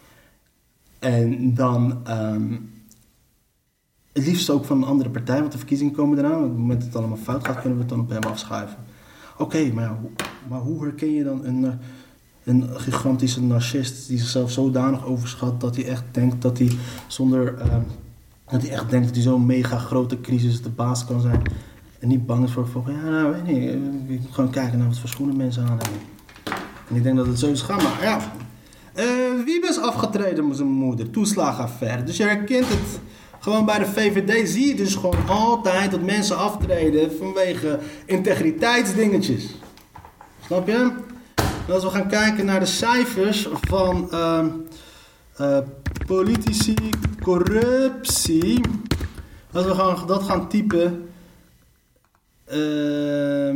En dan um, het liefst ook van een andere partij, want de verkiezingen komen eraan. Op het moment dat het allemaal fout gaat, kunnen we het dan op hem afschuiven. Oké, okay, maar, maar hoe herken je dan een, een gigantische narcist die zichzelf zodanig overschat dat hij echt denkt dat hij zonder uh, dat hij echt denkt dat hij zo'n mega grote crisis de baas kan zijn en niet bang is voor van ja, nou weet niet, ik moet gewoon kijken naar wat voor schoenen mensen aan hebben. En ik denk dat het zo is gaan, maar ja. Uh, wie is afgetreden met zijn moeder? Toeslagenaffaire. Dus je herkent het. Gewoon bij de V V D zie je dus gewoon altijd dat mensen aftreden vanwege integriteitsdingetjes. Snap je? En als we gaan kijken naar de cijfers van uh, uh, politici, corruptie. Als we gaan, dat gaan typen. Uh,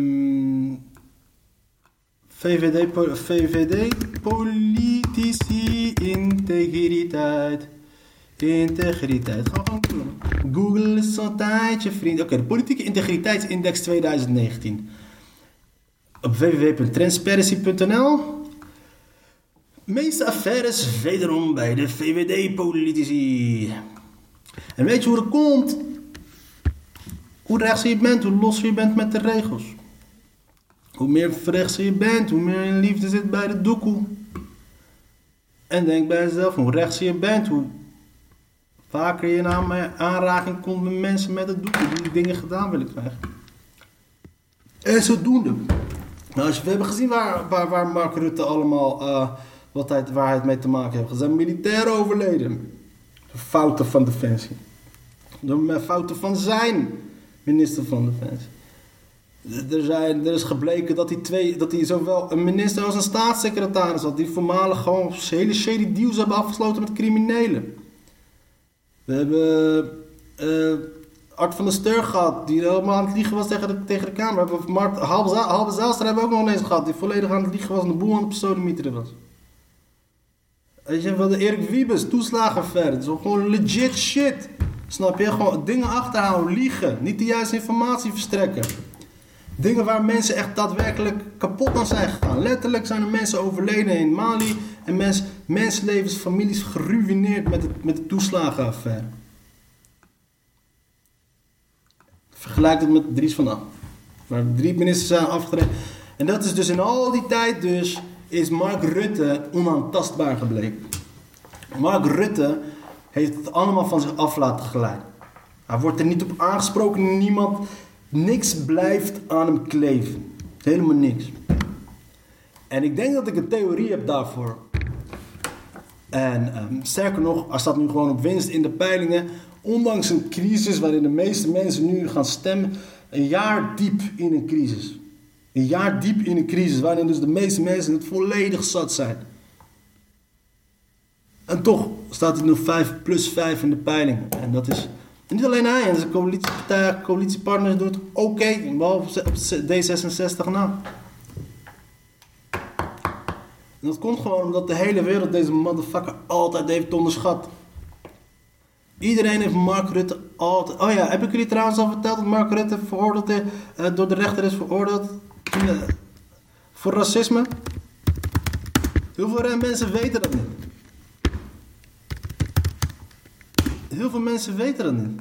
V V D, V V D, politici, integriteit. Integriteit. Gaan we gewoon googlen. Google is altijd je vriend. Oké, okay, de politieke integriteitsindex twintig negentien. Op w w w punt transparency punt n l. Meeste affaires wederom bij de V V D-politici. En weet je hoe dat komt? Hoe rechtser je bent, hoe losser je bent met de regels. Hoe meer rechtser je bent, hoe meer liefde zit bij de doekoe. En denk bij jezelf, hoe rechtser je bent, hoe vaker je in aanraking komt met mensen met het doekoe die dingen gedaan willen krijgen. En zodoende. Nou, we hebben gezien waar, waar, waar Mark Rutte allemaal, uh, wat hij, waar hij het mee te maken heeft. Er zijn militairen overleden. De fouten van Defensie. De fouten van zijn minister van Defensie. Er, zijn, er is gebleken dat hij, twee, dat hij zowel een minister als een staatssecretaris had. Die voormalig gewoon hele shady deals hebben afgesloten met criminelen. We hebben uh, Art van der Steur gehad. Die helemaal aan het liegen was tegen de, tegen de Kamer. We hebben Mart, Halbe, Halbe Zijlstra hebben we ook nog eens gehad. Die volledig aan het liegen was en de boel aan het pseudomieteren was. Weet je, van de Erik Wiebes, toeslagenaffaire. Het is gewoon legit shit. Snap je? Gewoon dingen achterhouden, liegen. Niet de juiste informatie verstrekken. Dingen waar mensen echt daadwerkelijk kapot aan zijn gegaan. Letterlijk zijn er mensen overleden in Mali. En mens, mensenlevens, families geruïneerd met, het, met de toeslagenaffaire. Vergelijk het met Dries van Am. Waar drie ministers zijn afgetreden. En dat is dus in al die tijd dus, is Mark Rutte onaantastbaar gebleken. Mark Rutte heeft het allemaal van zich af laten glijden. Hij wordt er niet op aangesproken, niemand, niks blijft aan hem kleven. Helemaal niks. En ik denk dat ik een theorie heb daarvoor. En um, sterker nog, hij staat nu gewoon op winst in de peilingen. Ondanks een crisis waarin de meeste mensen nu gaan stemmen. Een jaar diep in een crisis. Een jaar diep in een crisis waarin dus de meeste mensen het volledig zat zijn. En toch staat hij nu vijf plus vijf in de peiling. En dat is... En niet alleen hij, en zijn coalitiepartij, coalitiepartners doen het oké, okay, behalve op D zesenzestig na. En dat komt gewoon omdat de hele wereld deze motherfucker altijd heeft onderschat. Iedereen heeft Mark Rutte altijd... Oh ja, heb ik jullie trouwens al verteld dat Mark Rutte veroordeeld is, uh, door de rechter is veroordeeld uh, voor racisme? Heel veel mensen weten dat niet. Heel veel mensen weten dat niet.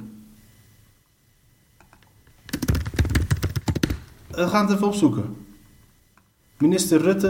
We gaan het even opzoeken. Minister Rutte.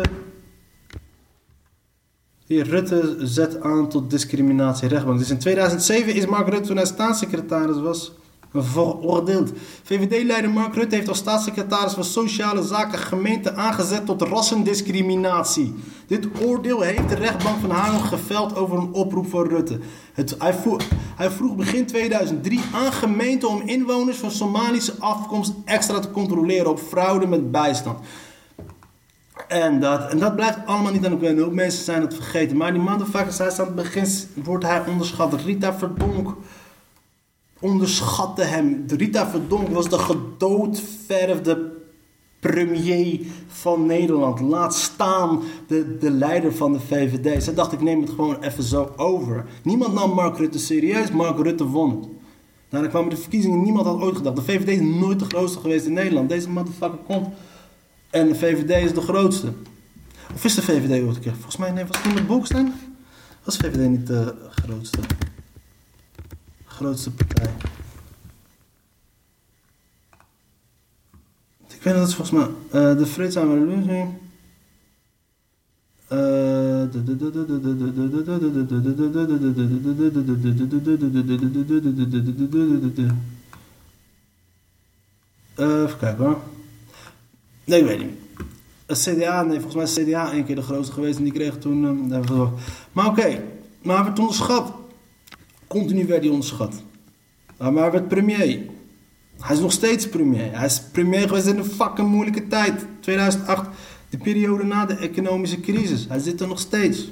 Hier, Rutte zet aan tot discriminatie rechtbank. Dus in tweeduizend zeven is Mark Rutte, toen hij staatssecretaris was, veroordeeld. V V D-leider Mark Rutte heeft als staatssecretaris van Sociale Zaken gemeente aangezet tot rassendiscriminatie. Dit oordeel heeft de rechtbank van Haarlem geveld over een oproep van Rutte. Het, hij, vroeg, hij vroeg begin tweeduizend drie aan gemeenten om inwoners van Somalische afkomst extra te controleren op fraude met bijstand. En dat, en dat blijft allemaal niet aan de kunnen. Ook mensen zijn het vergeten. Maar die motherfuckers, hij aan het begin wordt hij onderschat. Rita Verdonk onderschatte hem. Rita Verdonk was de gedoodverfde premier van Nederland. Laat staan de, de leider van de V V D. Ze dacht, ik neem het gewoon even zo over. Niemand nam Mark Rutte serieus. Mark Rutte won het. Daarna kwamen de verkiezingen. Niemand had ooit gedacht. De V V D is nooit de grootste geweest in Nederland. Deze motherfucker komt. En de V V D is de grootste. Of is de V V D ooit een keer? Volgens mij, nee, was het toen met Bolkestein? Was de V V D niet de grootste? Grootste partij. Ik weet dat het volgens mij uh, de vreedzame revolutie. Uh, even kijken hoor. Nee, ik weet niet. Het C D A, nee, volgens mij is het C D A één keer de grootste geweest en die kreeg toen. Uh, maar oké, okay. Maar hij werd onderschat. Continu werd hij onderschat. Maar hij werd premier. Hij is nog steeds premier. Hij is premier geweest in een fucking moeilijke tijd. tweeduizend acht, de periode na de economische crisis. Hij zit er nog steeds.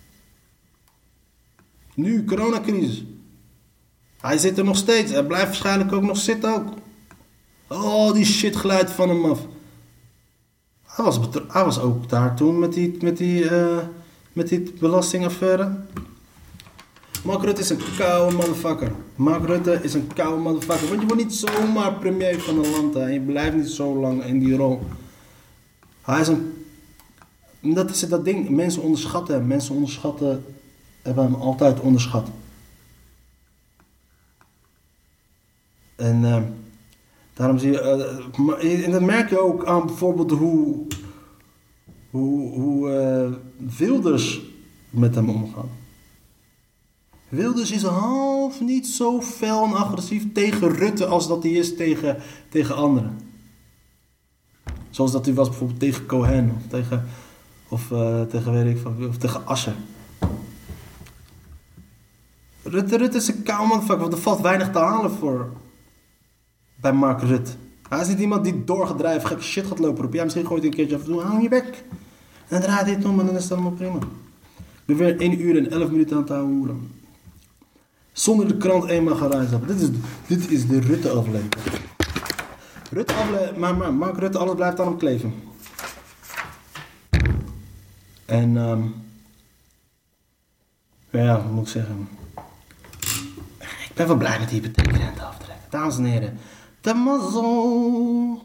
Nu, coronacrisis. Hij zit er nog steeds. Hij blijft waarschijnlijk ook nog zitten ook. Oh, die shit geluid van hem af. Hij was, betro- hij was ook daar toen met die, met die, uh, met die belastingaffaire. Mark Rutte is een koude motherfucker. Mark Rutte is een koude motherfucker. Want je wordt niet zomaar premier van een land. Hè. Je blijft niet zo lang in die rol. Hij is een... Dat is dat ding. Mensen onderschatten hem. Mensen onderschatten... Hebben hem altijd onderschat. En... Uh, daarom zie je... Uh, en dat merk je ook aan bijvoorbeeld hoe... Hoe... Hoe... Uh, Wilders met hem omgaan. Wilders is half niet zo fel en agressief tegen Rutte als dat hij is tegen, tegen anderen. Zoals dat hij was bijvoorbeeld tegen Cohen of tegen, of, uh, tegen, weet ik van, of tegen Asscher. Rutte, Rutte is een koude motherfucker, want er valt weinig te halen voor bij Mark Rutte. Hij is niet iemand die doorgedreven gekke shit gaat lopen op. Ja, misschien gooit hij een keertje af en toe, hang je bek. En dan draait hij het om en dan is het allemaal prima. Ik ben weer één uur en elf minuten aan het houden. Zonder de krant eenmaal gaan reizen. Dit is, dit is de Rutte-aflevering. Rutte afle- maar, maar Mark Rutte, alles blijft aan hem kleven. En, um, ja, wat moet ik zeggen? Ik ben wel blij met die hypotheekrente aftrek. Dames en heren, de mazzel.